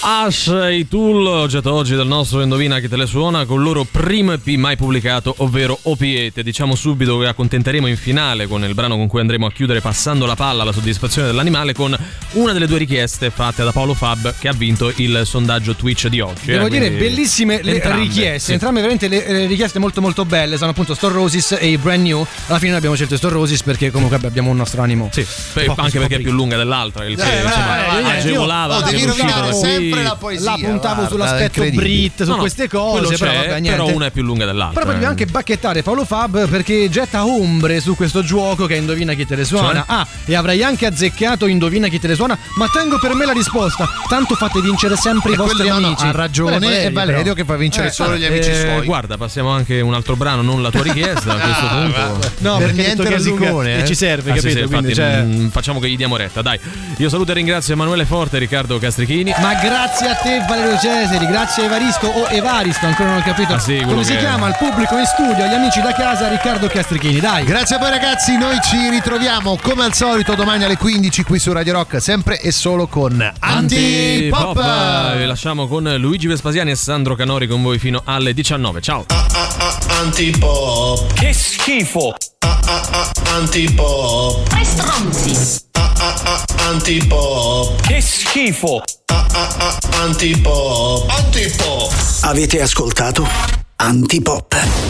Ash e i Tool, oggetto oggi del nostro Indovina chi te le suona, con il loro primo E P mai pubblicato, ovvero Opiete. Diciamo subito che accontenteremo in finale con il brano con cui andremo a chiudere, passando la palla alla soddisfazione dell'animale, con una delle due richieste fatte da Paolo Fab, che ha vinto il sondaggio Twitch di oggi. Devo eh, dire bellissime le entrambe, richieste, sì. entrambe veramente le, le richieste molto molto belle, sono appunto Stone Roses e i Brand New. Alla fine noi abbiamo scelto Stone Roses perché comunque abbiamo un nostro animo. Sì, po' anche perché è più lunga dell'altra, il che Eh, insomma, vai, vai, agevolava. io- oh, devi rovinare uscito- sempre la poesia. La puntavo guarda, sull'aspetto incredibile. Brit, su No, no, queste quello cose, c'è, però vabbè, niente. però una è più lunga dell'altra. Però voglio eh. anche bacchettare Paolo Fab perché getta ombre su questo gioco che è Indovina chi te le suona. Cioè? Ah, e avrei anche azzeccato Indovina chi te le suona, ma tengo per me la risposta. Tanto fate vincere sempre E i vostri quello no, no, amici. ha ragione, Quello è Valerio però. che fa vincere Eh, solo gli Eh, amici suoi. Guarda, passiamo anche un altro brano, non la tua richiesta a questo punto. No, Per perché niente detto che è lunga rosicone, eh. e ci serve, Ah, sì, capito? sì, Quindi, infatti, cioè... mm, facciamo che gli diamo retta, dai. Io saluto e ringrazio Emanuele Forte e Riccardo Castrichini. Ma grazie a te Valerio Cesari, grazie a Evaristo o Evaristo, ancora non ho capito Ah, sì, quello come si che è. chiama, al pubblico in studio, agli amici da casa, Riccardo Castrichini, dai. Grazie a voi ragazzi, noi ci ritroviamo come al solito domani alle quindici qui su Radio Rock, sempre e solo con Antipop. Antipop. Vi lasciamo con Luigi Vespasiani e Sandro Canori con voi fino alle diciannove. Ciao. Antipop. Che schifo! Antipop. Tre stronzi. Antipop. Che schifo! Antipop. Antipop. Avete ascoltato Antipop.